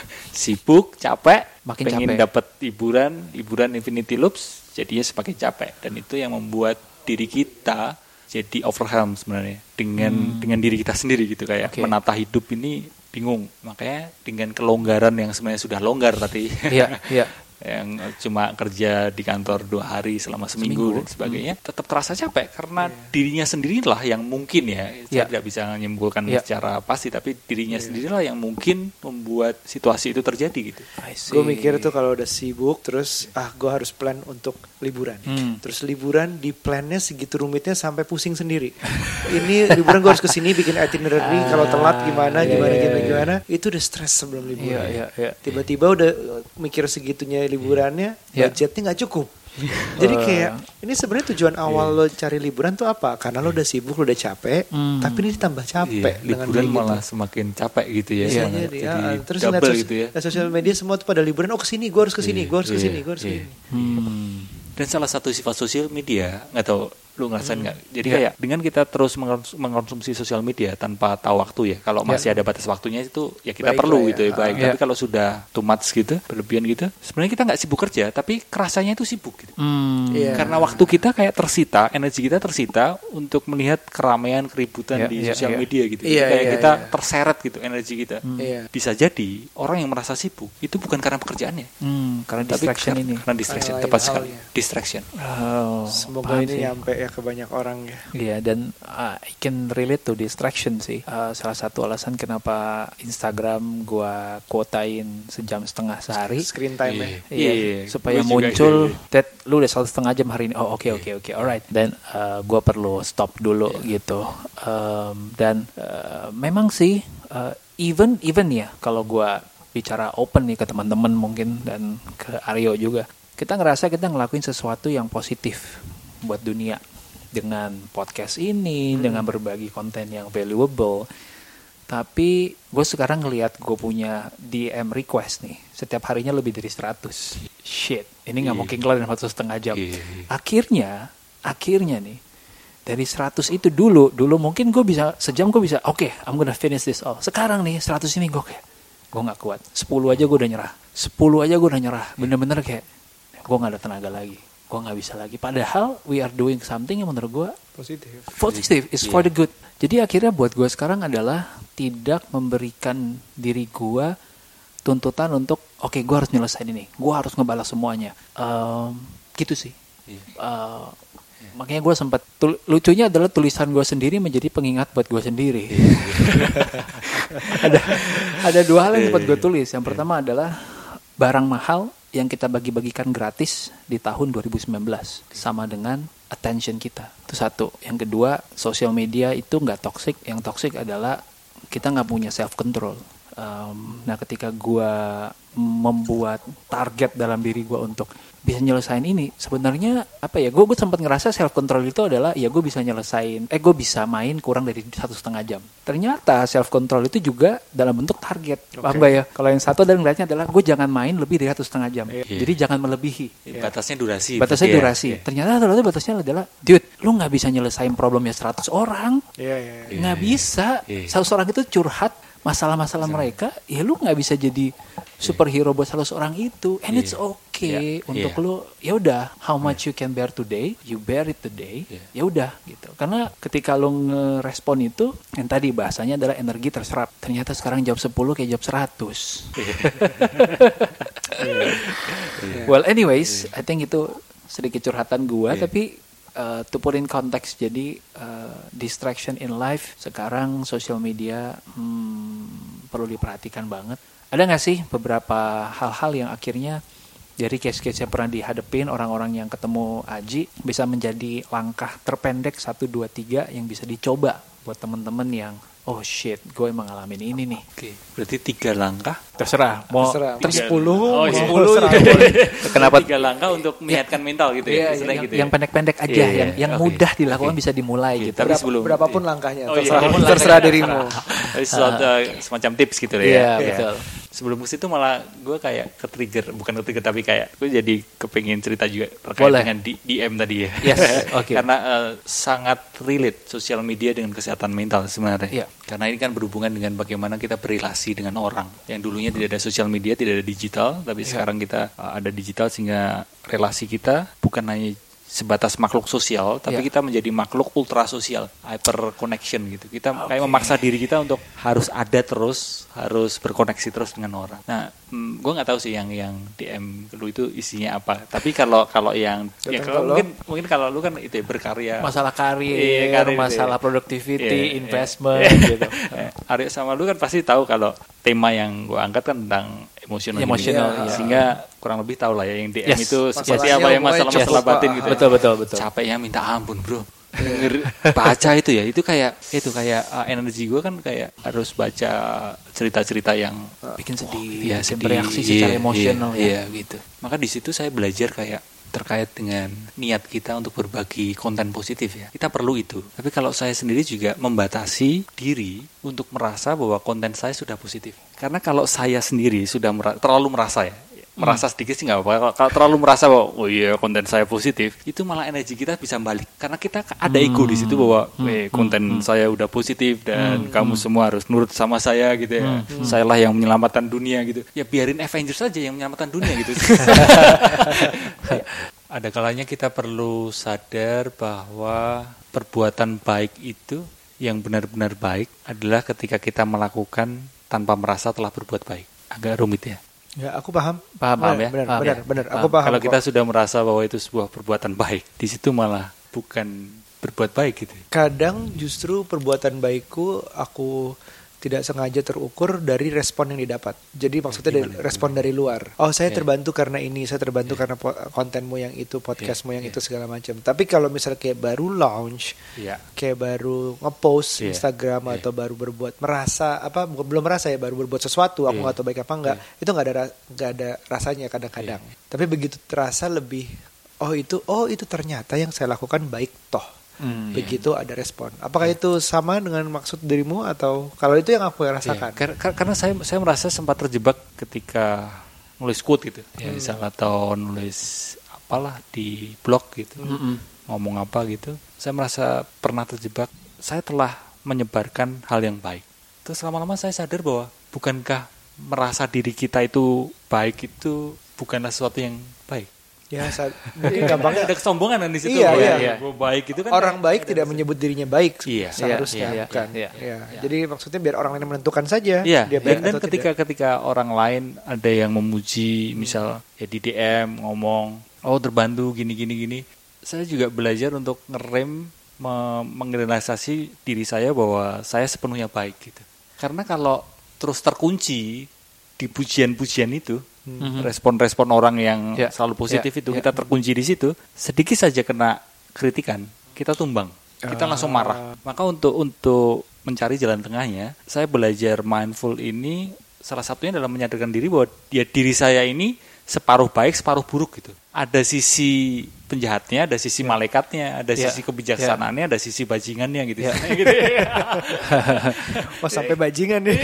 Sibuk, capek, makin pengen capek. dapat hiburan, hiburan infinity loops, jadinya semakin capek. Dan itu yang membuat diri kita jadi overwhelmed sebenarnya dengan hmm. dengan diri kita sendiri gitu, kayak okay. menata hidup ini bingung. Makanya dengan kelonggaran yang sebenarnya sudah longgar tadi, yeah, yeah. yang cuma kerja di kantor dua hari selama seminggu, seminggu. dan sebagainya, hmm. tetap terasa capek karena yeah. dirinya sendirilah yang mungkin ya, saya yeah. tidak bisa menyimpulkan yeah. secara pasti, tapi dirinya yeah. sendirilah yang mungkin membuat situasi itu terjadi gitu. Gue mikir tuh kalau udah sibuk terus ah gue harus plan untuk liburan, hmm. terus liburan di plannya segitu rumitnya sampai pusing sendiri. Ini liburan gue harus kesini bikin itinerary, ah, kalau telat gimana iya, gimana iya, gimana iya. gimana, itu udah stres sebelum liburan. Iya, iya, iya. Tiba-tiba udah mikir segitunya liburannya, yeah. budgetnya nggak cukup. Jadi kayak ini sebenarnya tujuan awal yeah. lo cari liburan tuh apa? Karena lo udah sibuk, lo udah capek, hmm. tapi ini ditambah capek. Iya, liburan malah gitu. Semakin capek gitu ya. Iya, jadi, jadi, ya, terus double ngeliat sos- gitu ya. sosial media semua tuh pada liburan. Oh kesini, gue harus kesini, gue harus kesini, gue harus kesini. Hmm. Dan salah satu sifat sosial media, nggak tahu lu ngerasain nggak? Hmm. Jadi yeah. kayak dengan kita terus mengkonsumsi sosial media tanpa tahu waktu ya. Kalau masih yeah. ada batas waktunya itu ya kita baik perlu ya. Gitu ya baik. Uh, Tapi yeah. kalau sudah too much gitu, berlebihan gitu, sebenarnya kita nggak sibuk kerja, tapi kerasanya itu sibuk gitu. Hmm. Yeah. Karena waktu kita kayak tersita, energi kita tersita untuk melihat keramaian, keributan yeah, di yeah, sosial yeah. media gitu. Yeah, kayak yeah, kita yeah. terseret gitu energi kita. Hmm. Yeah. Bisa jadi orang yang merasa sibuk itu bukan karena pekerjaannya, hmm, karena tapi distraction karena, ini. Karena distraction, tepat sekali. Distraction. Oh, semoga ini sih. nyampe ya ke banyak orang ya. Iya, yeah, dan uh, I can relate to distraction sih. Uh, salah satu alasan kenapa Instagram gua kuotain sejam setengah sehari. Screen time ya. Iya, yeah, yeah, supaya gua muncul that lu udah satu setengah jam hari ini. Oh oke okay, oke okay, oke, okay, alright. Dan uh, gua perlu stop dulu yeah. gitu. Um, dan uh, memang sih uh, even even ya kalau gua bicara open nih ke teman-teman mungkin dan ke Aryo juga. Kita ngerasa kita ngelakuin sesuatu yang positif buat dunia dengan podcast ini, hmm. dengan berbagi konten yang valuable. Tapi gue sekarang ngelihat gue punya D M request nih, setiap harinya lebih dari seratus. Shit, ini nggak yeah. mungkin kelar dalam satu setengah jam. Yeah. Akhirnya, akhirnya nih, dari seratus itu dulu, dulu mungkin gue bisa, sejam gue bisa, oke, okay, I'm gonna finish this all. Sekarang nih, seratus ini gue kayak, gue nggak kuat. sepuluh aja gue udah nyerah. sepuluh aja gue udah nyerah. Bener-bener kayak, gue gak ada tenaga lagi, gue gak bisa lagi. Padahal we are doing something yang menurut gue positif, positif is yeah. for the good. Jadi akhirnya buat gue sekarang adalah tidak memberikan diri gue tuntutan untuk oke okay, gue harus nyelesain ini, gue harus ngebalas semuanya, um, gitu sih. Yeah. Uh, yeah. Makanya gue sempat tul- lucunya adalah tulisan gue sendiri menjadi pengingat buat gue sendiri. ada ada dua hal yang sempat gue tulis. Yang pertama adalah barang mahal yang kita bagi-bagikan gratis di tahun dua ribu sembilan belas sama dengan attention kita. Itu satu. Yang kedua, sosial media itu nggak toxic. Yang toxic adalah kita nggak punya self control. Um, nah, ketika gue membuat target dalam diri gue untuk bisa nyelesain ini, sebenarnya apa ya? Gue gue sempat ngerasa self control itu adalah ya gue bisa nyelesain, eh gue bisa main kurang dari satu setengah jam. Ternyata self control itu juga dalam bentuk target, okay. Paham gak ya? Kalau yang satu dan ngeliatnya adalah gue jangan main lebih dari satu setengah jam. Yeah. Jadi jangan melebihi. Yeah. Batasnya durasi. Batasnya yeah. durasi. Yeah. Ternyata ternyata batasnya adalah, dude, lu nggak bisa nyelesain problemnya seratus orang, yeah, yeah, yeah. nggak bisa. Yeah. seratus orang itu curhat masalah-masalah mereka, ya lu nggak bisa jadi superhero buat seratus orang itu, and yeah. it's okay yeah. untuk yeah. lu, ya udah, how much yeah. you can bear today, you bear it today, yeah. ya udah gitu. Karena ketika lu ngerespon itu, yang tadi bahasanya adalah energi terserap. Ternyata sekarang jam sepuluh kayak jam seratus. yeah. Well, anyways, yeah. I think itu sedikit curhatan gua, yeah. tapi Uh, to put in context, jadi uh, distraction in life sekarang social media hmm, perlu diperhatikan banget. Ada nggak sih beberapa hal-hal yang akhirnya dari case-case yang pernah dihadapin orang-orang yang ketemu Aji bisa menjadi langkah terpendek satu dua tiga yang bisa dicoba buat teman-teman yang oh shit, gue emang ngalamin ini nih. Oke, berarti tiga langkah. Terserah, mau sepuluh, oh sepuluh. Kenapa tiga langkah untuk menyehatkan mental gitu ya? Iya, yang, gitu yang ya? pendek-pendek aja, yeah, yang yang okay. mudah dilakukan okay. bisa dimulai okay. gitu. Tapi sebelum berapapun langkahnya, oh, terserah, iya. terserah dirimu. Suatu semacam tips gitu ya. Iya, yeah, betul. Sebelum ke situ malah gue kayak ke-trigger, bukan ke-trigger tapi kayak gue jadi kepengin cerita juga terkait Boleh. dengan D M tadi ya. Yes, okay. Karena uh, sangat relate sosial media dengan kesehatan mental sebenarnya. Yeah. Karena ini kan berhubungan dengan bagaimana kita berrelasi dengan orang. Yang dulunya tidak ada sosial media, tidak ada digital, tapi yeah. sekarang kita uh, ada digital sehingga relasi kita bukan hanya sebatas makhluk sosial, tapi yeah. kita menjadi makhluk ultra sosial, hyper connection gitu. Kita okay. kayak memaksa diri kita untuk harus ada terus, harus berkoneksi terus dengan orang. Nah, hmm, gue nggak tahu sih yang yang D M lu itu isinya apa. Tapi kalau kalau yang ya kalau mungkin mungkin kalau lu kan itu ya, berkarya, masalah karir, iya, karir masalah iya. productivity, iya, investment iya. gitu. Aryo sama lu kan pasti tahu kalau tema yang gue angkat kan tentang emosional, emosional ya. Sehingga kurang lebih tahu lah ya yang D M yes. itu seperti Masalahnya apa ya masalah-masalah batin gitu. Betul betul betul. Capeknya minta ampun bro. Baca itu ya itu kayak itu kayak uh, energi gue kan kayak harus baca cerita-cerita yang uh, bikin sedih, oh, ya, bikin sedih, bereaksi secara iya, emosional iya, ya. Iya gitu. Maka di situ saya belajar kayak terkait dengan niat kita untuk berbagi konten positif ya. Kita perlu itu. Tapi kalau saya sendiri juga membatasi diri untuk merasa bahwa konten saya sudah positif. Karena kalau saya sendiri sudah mer- terlalu merasa ya, merasa sedikit sih nggak apa-apa. Kalau terlalu merasa bahwa oh iya konten saya positif, itu malah energi kita bisa balik. Karena kita ada ego hmm. di situ bahwa eh, konten hmm. saya udah positif dan hmm. kamu semua harus nurut sama saya gitu ya. Hmm. Saya lah yang menyelamatkan dunia gitu. Ya biarin Avengers saja yang menyelamatkan dunia gitu. Ada kalanya kita perlu sadar bahwa perbuatan baik itu yang benar-benar baik adalah ketika kita melakukan tanpa merasa telah berbuat baik. Agak rumit ya. Ya, aku paham. Paham, paham benar, ya. Benar, paham, benar, ya? benar. Paham. Aku paham. Kalau kita kok. sudah merasa bahwa itu sebuah perbuatan baik, di situ malah bukan berbuat baik gitu. Kadang justru perbuatan baikku aku tidak sengaja terukur dari respon yang didapat. Jadi maksudnya dari, respon dari luar. Oh, saya yeah. terbantu karena ini, saya terbantu yeah. karena po- kontenmu yang itu, podcastmu yeah. yang yeah. itu segala macam. Tapi kalau misalnya kayak baru launch, yeah. kayak baru ngepost yeah. Instagram yeah. atau baru berbuat merasa apa belum merasa ya baru berbuat sesuatu, aku nggak yeah. tahu baik apa enggak, yeah. itu nggak ada nggak ada rasanya kadang-kadang. Yeah. Tapi begitu terasa lebih, oh itu oh itu ternyata yang saya lakukan baik toh. Hmm, begitu yeah. ada respon. Apakah yeah. itu sama dengan maksud dirimu atau kalau itu yang aku rasakan? Yeah. Kar- karena saya saya merasa sempat terjebak ketika nulis quote gitu, hmm. ya misal atau nulis apalah di blog gitu, hmm. ngomong apa gitu. Saya merasa pernah terjebak. Saya telah menyebarkan hal yang baik. Terus lama-lama saya sadar bahwa bukankah merasa diri kita itu baik itu bukanlah sesuatu yang baik. Ya, saat, gampangnya ada kesombongan di situ. Iya, iya, iya. Baik itu kan orang baik tidak menyebut dirinya baik. Iya, seharusnya iya, bukan. Iya, iya, iya. Ya. Jadi maksudnya biar orang lain menentukan saja. Iya. Dia dan dan ketika tidak. ketika orang lain ada yang memuji, hmm. misal ya di D M ngomong, oh terbantu gini gini gini. Saya juga belajar untuk ngerem, me- menggeneralisasi diri saya bahwa saya sepenuhnya baik gitu. Karena kalau terus terkunci di pujian-pujian itu, mm-hmm. respon-respon orang yang yeah. selalu positif yeah. itu yeah. kita terkunci di situ, sedikit saja kena kritikan, kita tumbang, kita uh. langsung marah. Maka untuk untuk mencari jalan tengahnya, saya belajar mindful ini salah satunya adalah menyadarkan diri bahwa ya diri saya ini separuh baik, separuh buruk gitu. Ada sisi penjahatnya, ada sisi yeah. malaikatnya, ada yeah. sisi kebijaksanaannya, yeah. ada sisi bajingannya gitu. Yeah. gitu. Oh sampai bajingan nih.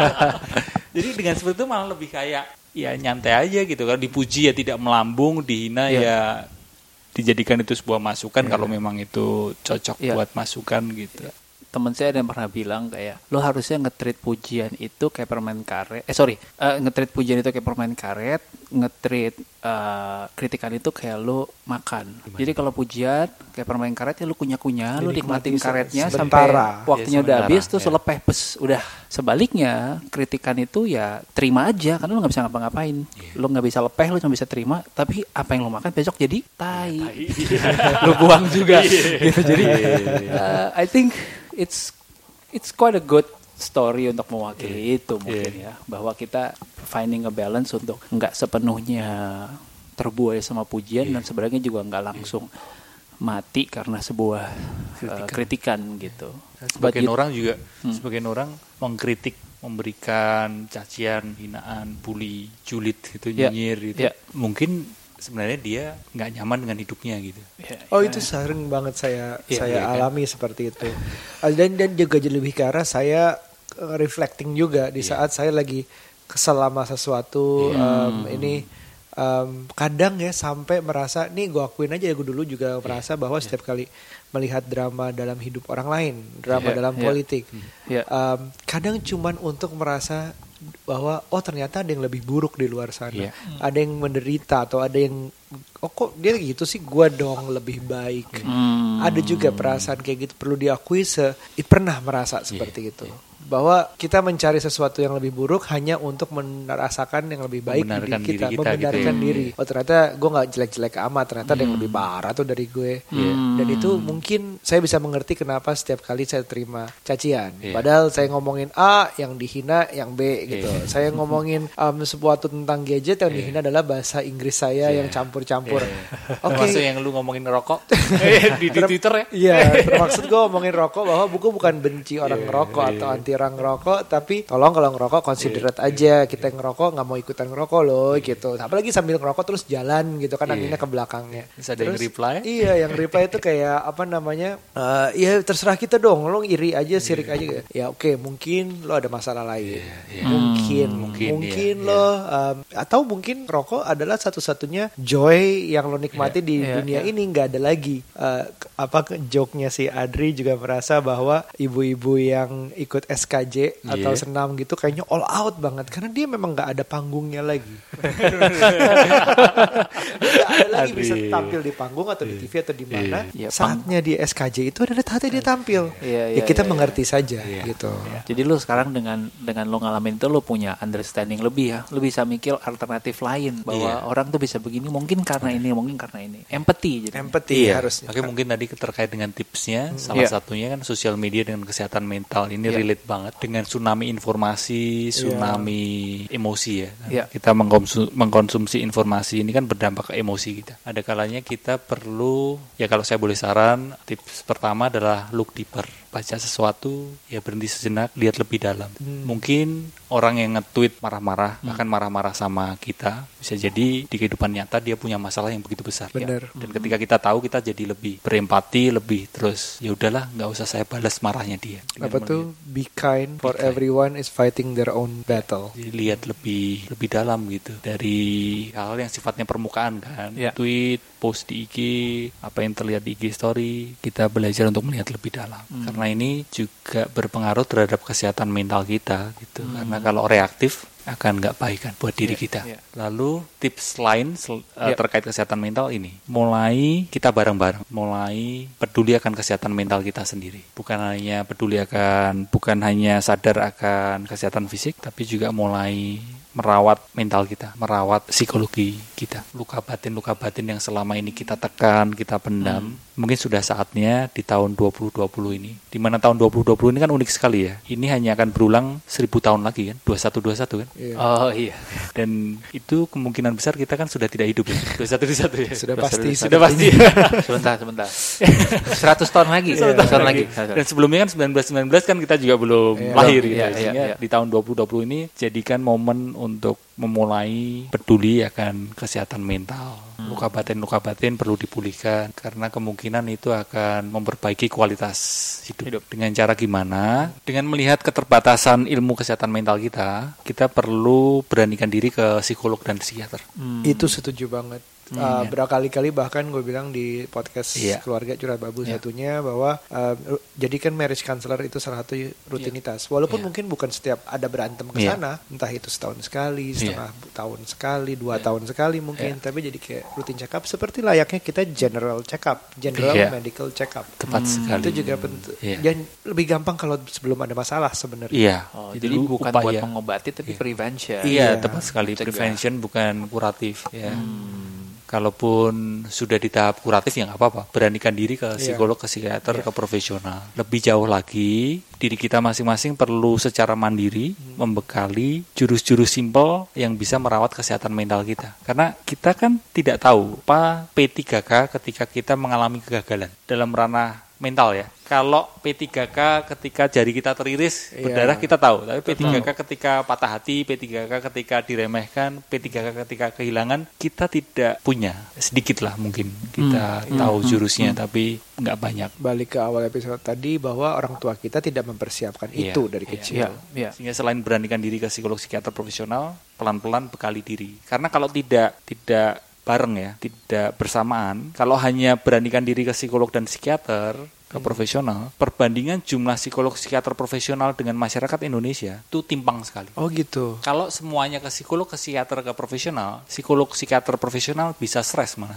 Jadi dengan seperti itu malah lebih kayak ya nyantai aja gitu kan, dipuji ya tidak melambung, dihina yeah. ya dijadikan itu sebuah masukan yeah. kalau memang itu cocok yeah. buat masukan gitu. Yeah. Temen saya ada yang pernah bilang kayak lo harusnya nge-treat pujian itu kayak permen karet. Eh sorry, uh, nge-treat pujian itu kayak permen karet, nge-treat uh, kritikan itu kayak lo makan. Gimana? Jadi kalau pujian kayak permen karet ya lo kunyah-kunyah, lo nikmatin karetnya sementara. Sampai waktunya ya, udah habis terus ya. Lo lepeh pes udah. Sebaliknya kritikan itu ya terima aja karena lo nggak bisa ngapa-ngapain. Yeah. Lo nggak bisa lepeh, lo cuma bisa terima. Tapi apa yang lo makan besok jadi tai. Yeah, lo buang juga. Yeah. Gitu. Jadi uh, I think it's it's quite a good story untuk mewakili yeah. itu mungkin yeah. ya, bahwa kita finding a balance untuk nggak sepenuhnya terbuai sama pujian yeah. dan sebenarnya juga nggak langsung yeah. mati karena sebuah kritikan, uh, kritikan gitu. Sebagian But orang juga hmm. sebagian orang mengkritik, memberikan cacian, hinaan, bully, julid gitu, yeah. nyinyir gitu. Yeah. Mungkin sebenarnya dia nggak nyaman dengan hidupnya gitu. Ya, oh ya. Itu sering banget saya ya, saya ya, alami kan? Seperti itu. Dan dan juga lebih ke arah saya reflecting juga di saat ya. Saya lagi kesel sama sesuatu. Ya. Um, ini um, kadang ya sampai merasa, nih gue akuin aja ya gue dulu juga merasa ya. Bahwa ya. Setiap kali melihat drama dalam hidup orang lain, drama ya. Dalam ya. Politik, ya. Um, kadang cuman untuk merasa bahwa oh ternyata ada yang lebih buruk di luar sana, yeah. ada yang menderita atau ada yang oh kok dia gitu sih, gue dong lebih baik. Hmm. Ada juga perasaan kayak gitu perlu diakui, se pernah merasa seperti yeah. itu. Bahwa kita mencari sesuatu yang lebih buruk hanya untuk merasakan yang lebih baik di diri kita, kita membenarkan gitu. Diri. Oh ternyata gue nggak jelek-jelek amat, ternyata hmm. ada yang lebih parah tuh dari gue. Hmm. Dan itu mungkin saya bisa mengerti kenapa setiap kali saya terima cacian. Yeah. Padahal saya ngomongin A, yang dihina yang B gitu. Yeah. Saya ngomongin um, sesuatu tentang gadget, yang yeah. dihina adalah bahasa Inggris saya yeah. yang campur-campur. Yeah. Oke. Okay. Maksud yang lu ngomongin rokok di, di Twitter ya? Iya. Termaksud gue ngomongin rokok bahwa buku bukan benci orang yeah. ngerokok yeah. atau anti orang ngerokok, tapi tolong kalau ngerokok considerate yeah, aja. Yeah, kita yeah. ngerokok nggak mau ikutan ngerokok loh gitu. Apalagi sambil ngerokok terus jalan gitu kan, yeah. anginnya ke belakangnya. Terus ada yang reply? Iya, yang reply itu kayak apa namanya? Uh, ya terserah kita dong. Lo iri aja, sirik yeah. aja. Ya oke, okay, mungkin lo ada masalah lain. Yeah, yeah. Mungkin, hmm, mungkin, mungkin yeah, lo yeah. Um, atau mungkin rokok adalah satu-satunya joy yang lo nikmati yeah, di yeah, dunia yeah. ini, nggak ada lagi. Uh, apa joke-nya si Adri juga merasa bahwa ibu-ibu yang ikut S S K J atau yeah. senam gitu kayaknya all out banget karena dia memang nggak ada panggungnya lagi. Nggak ada lagi Adri. Bisa tampil di panggung atau di T V atau di mana. Yeah. Saatnya di S K J itu adalah saatnya dia tampil. Yeah, yeah, ya kita yeah, mengerti yeah. saja yeah. gitu. Yeah. Jadi lu sekarang dengan dengan lu ngalamin itu lu punya understanding lebih ya. Lu bisa mikir alternatif lain bahwa yeah. orang tuh bisa begini mungkin karena ini, mungkin karena ini. Empathy jadi. Empathy yeah. harusnya. Oke, mungkin tadi terkait dengan tipsnya hmm. salah yeah. satunya kan sosial media dengan kesehatan mental ini yeah. relate banget dengan tsunami informasi, tsunami yeah. emosi ya. Yeah. Kita mengkonsum, mengkonsumsi informasi ini kan berdampak ke emosi kita. Ada kalanya kita perlu, ya kalau saya boleh saran, tips pertama adalah look deeper. Baca sesuatu, ya berhenti sejenak, lihat lebih dalam. Hmm. Mungkin orang yang nge-tweet marah-marah, hmm. bahkan marah-marah sama kita, bisa jadi di kehidupan nyata dia punya masalah yang begitu besar. Benar. Ya. Dan ketika kita tahu, kita jadi lebih berempati, lebih terus, ya udahlah, nggak usah saya balas marahnya dia. Apa tuh? Be kind, for be kind. Everyone is fighting their own battle. Jadi lihat lebih lebih dalam gitu. Dari hal yang sifatnya permukaan kan. Ya. Tweet, post di I G, apa yang terlihat di I G story, kita belajar untuk melihat lebih dalam. Hmm. Karena ini juga berpengaruh terhadap kesehatan mental kita gitu. Hmm. Karena kalau reaktif akan nggak baik kan buat diri yeah, kita. Yeah. Lalu tips lain sel- yeah. uh, terkait kesehatan mental ini, mulai kita bareng-bareng, mulai peduli akan kesehatan mental kita sendiri. Bukan hanya peduli akan, bukan hanya sadar akan kesehatan fisik, tapi juga mulai merawat mental kita, merawat psikologi kita. Luka batin-luka batin yang selama ini kita tekan, kita pendam, hmm. mungkin sudah saatnya di tahun dua ribu dua puluh ini. Di mana tahun dua ribu dua puluh ini kan unik sekali ya. Ini hanya akan berulang seribu tahun lagi kan, dua puluh satu dua puluh satu kan. Yeah. Oh iya. Dan itu kemungkinan besar kita kan sudah tidak hidup ya. dua puluh satu dua puluh satu ya. Sudah pasti. Sudah pasti. sebentar, sebentar. seratus tahun lagi. seratus tahun lagi. Dan sebelumnya kan sembilan belas sembilan belas kan kita juga belum yeah. lahir gitu. Yeah, Sehingga yeah, yeah. di tahun dua ribu dua puluh ini jadikan momen untuk memulai peduli akan kesehatan mental. Hmm. Luka batin-luka batin perlu dipulihkan karena kemungkinan itu akan memperbaiki kualitas hidup. hidup. Dengan cara gimana? Dengan melihat keterbatasan ilmu kesehatan mental kita, kita perlu beranikan diri ke psikolog dan psikiater. Hmm. Itu setuju banget. Hmm, uh, ya. Berkali-kali bahkan gue bilang di podcast yeah. keluarga curhat babu yeah. satunya bahwa uh, jadikan marriage counselor itu salah satu rutinitas. Walaupun yeah. mungkin bukan setiap ada berantem ke sana, yeah. entah itu setahun sekali, setengah yeah. tahun sekali, dua yeah. tahun sekali mungkin, yeah. tapi jadi kayak rutin check up seperti layaknya kita general check up, general yeah. medical check up. Tepat hmm. sekali. Itu juga penting. Yeah. Dan lebih gampang kalau sebelum ada masalah sebenarnya. Iya. Yeah. Oh, jadi bukan upaya. Buat mengobati tapi yeah. prevention. Iya, yeah, tepat sekali. Cegah. Prevention bukan kuratif. Ya. Yeah. Hmm. Kalaupun sudah di tahap kuratif ya nggak apa-apa, beranikan diri ke psikolog, yeah. ke psikiater, yeah. ke profesional. Lebih jauh lagi, diri kita masing-masing perlu secara mandiri hmm. membekali jurus-jurus simpel yang bisa merawat kesehatan mental kita. Karena kita kan tidak tahu apa P tiga K ketika kita mengalami kegagalan dalam ranah mental ya. Kalau P tiga K ketika jari kita teriris yeah. berdarah kita tahu, tapi P tiga K ketika patah hati, P tiga K ketika diremehkan, P tiga K ketika kehilangan, kita tidak punya. Sedikit lah mungkin kita hmm. tahu jurusnya hmm. tapi nggak banyak. Balik ke awal episode tadi bahwa orang tua kita tidak mempersiapkan yeah. itu dari kecil. Yeah. Yeah. Sehingga selain beranikan diri ke psikolog psikiater profesional, pelan-pelan bekali diri. Karena kalau tidak tidak bareng ya, tidak bersamaan, kalau hanya beranikan diri ke psikolog dan psikiater ke profesional, perbandingan jumlah psikolog psikiater profesional dengan masyarakat Indonesia itu timpang sekali. Oh gitu. Kalau semuanya ke psikolog, ke psikiater, ke profesional, psikolog psikiater profesional bisa stres malah.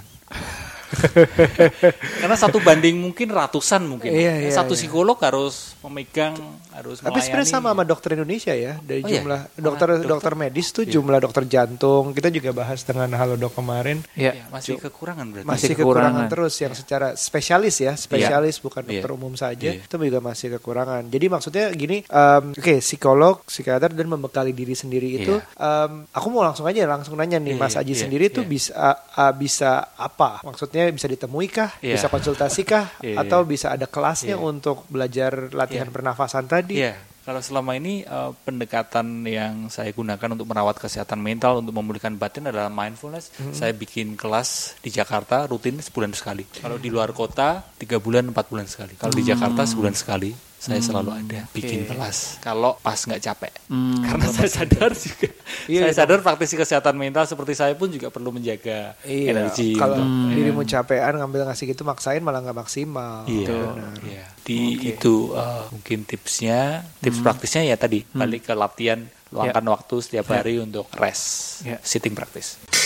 Karena satu banding mungkin ratusan mungkin. Iya, iya, satu iya. psikolog harus memegang, harus tapi melayani. sebenarnya sama sama dokter Indonesia ya. Dari oh, jumlah iya? dokter, dokter dokter medis tuh iya. jumlah dokter jantung. Kita juga bahas dengan Halodoc kemarin. Iya, ya, masih kekurangan berarti. Masih kekurangan terus yang ya. secara spesialis ya, spesialis iya. bukan dokter iya. umum saja. Iya. Itu juga masih kekurangan. Jadi maksudnya gini, um, oke okay, psikolog, psikiater dan membekali diri sendiri itu. Iya. Um, aku mau langsung aja langsung nanya nih, iya, Mas Aji iya, sendiri iya. tuh bisa uh, bisa apa? Maksudnya bisa ditemui kah? Yeah. Bisa konsultasi kah? yeah, Atau yeah. bisa ada kelasnya yeah. untuk belajar latihan yeah. pernafasan tadi? Iya. Yeah. Kalau selama ini uh, pendekatan yang saya gunakan untuk merawat kesehatan mental, untuk memulihkan batin adalah mindfulness. Mm-hmm. Saya bikin kelas di Jakarta rutin sebulan sekali. Kalau di luar kota tiga bulan, empat bulan sekali. Kalau mm-hmm. di Jakarta sebulan sekali. saya Hmm. selalu ada bikin Oke. kelas. Kalau pas nggak capek. Hmm, karena saya sadar juga, Iya, saya iya. sadar praktisi kesehatan mental seperti saya pun juga perlu menjaga Iya, energi. kalau untuk- dirimu capean ngambil ngasih gitu maksain malah nggak maksimal. Iya, Benar. iya. Di Oke. itu uh, mungkin tipsnya, tips praktisnya ya tadi balik ke latihan, luangkan waktu setiap Ya. hari untuk rest, Ya. sitting practice.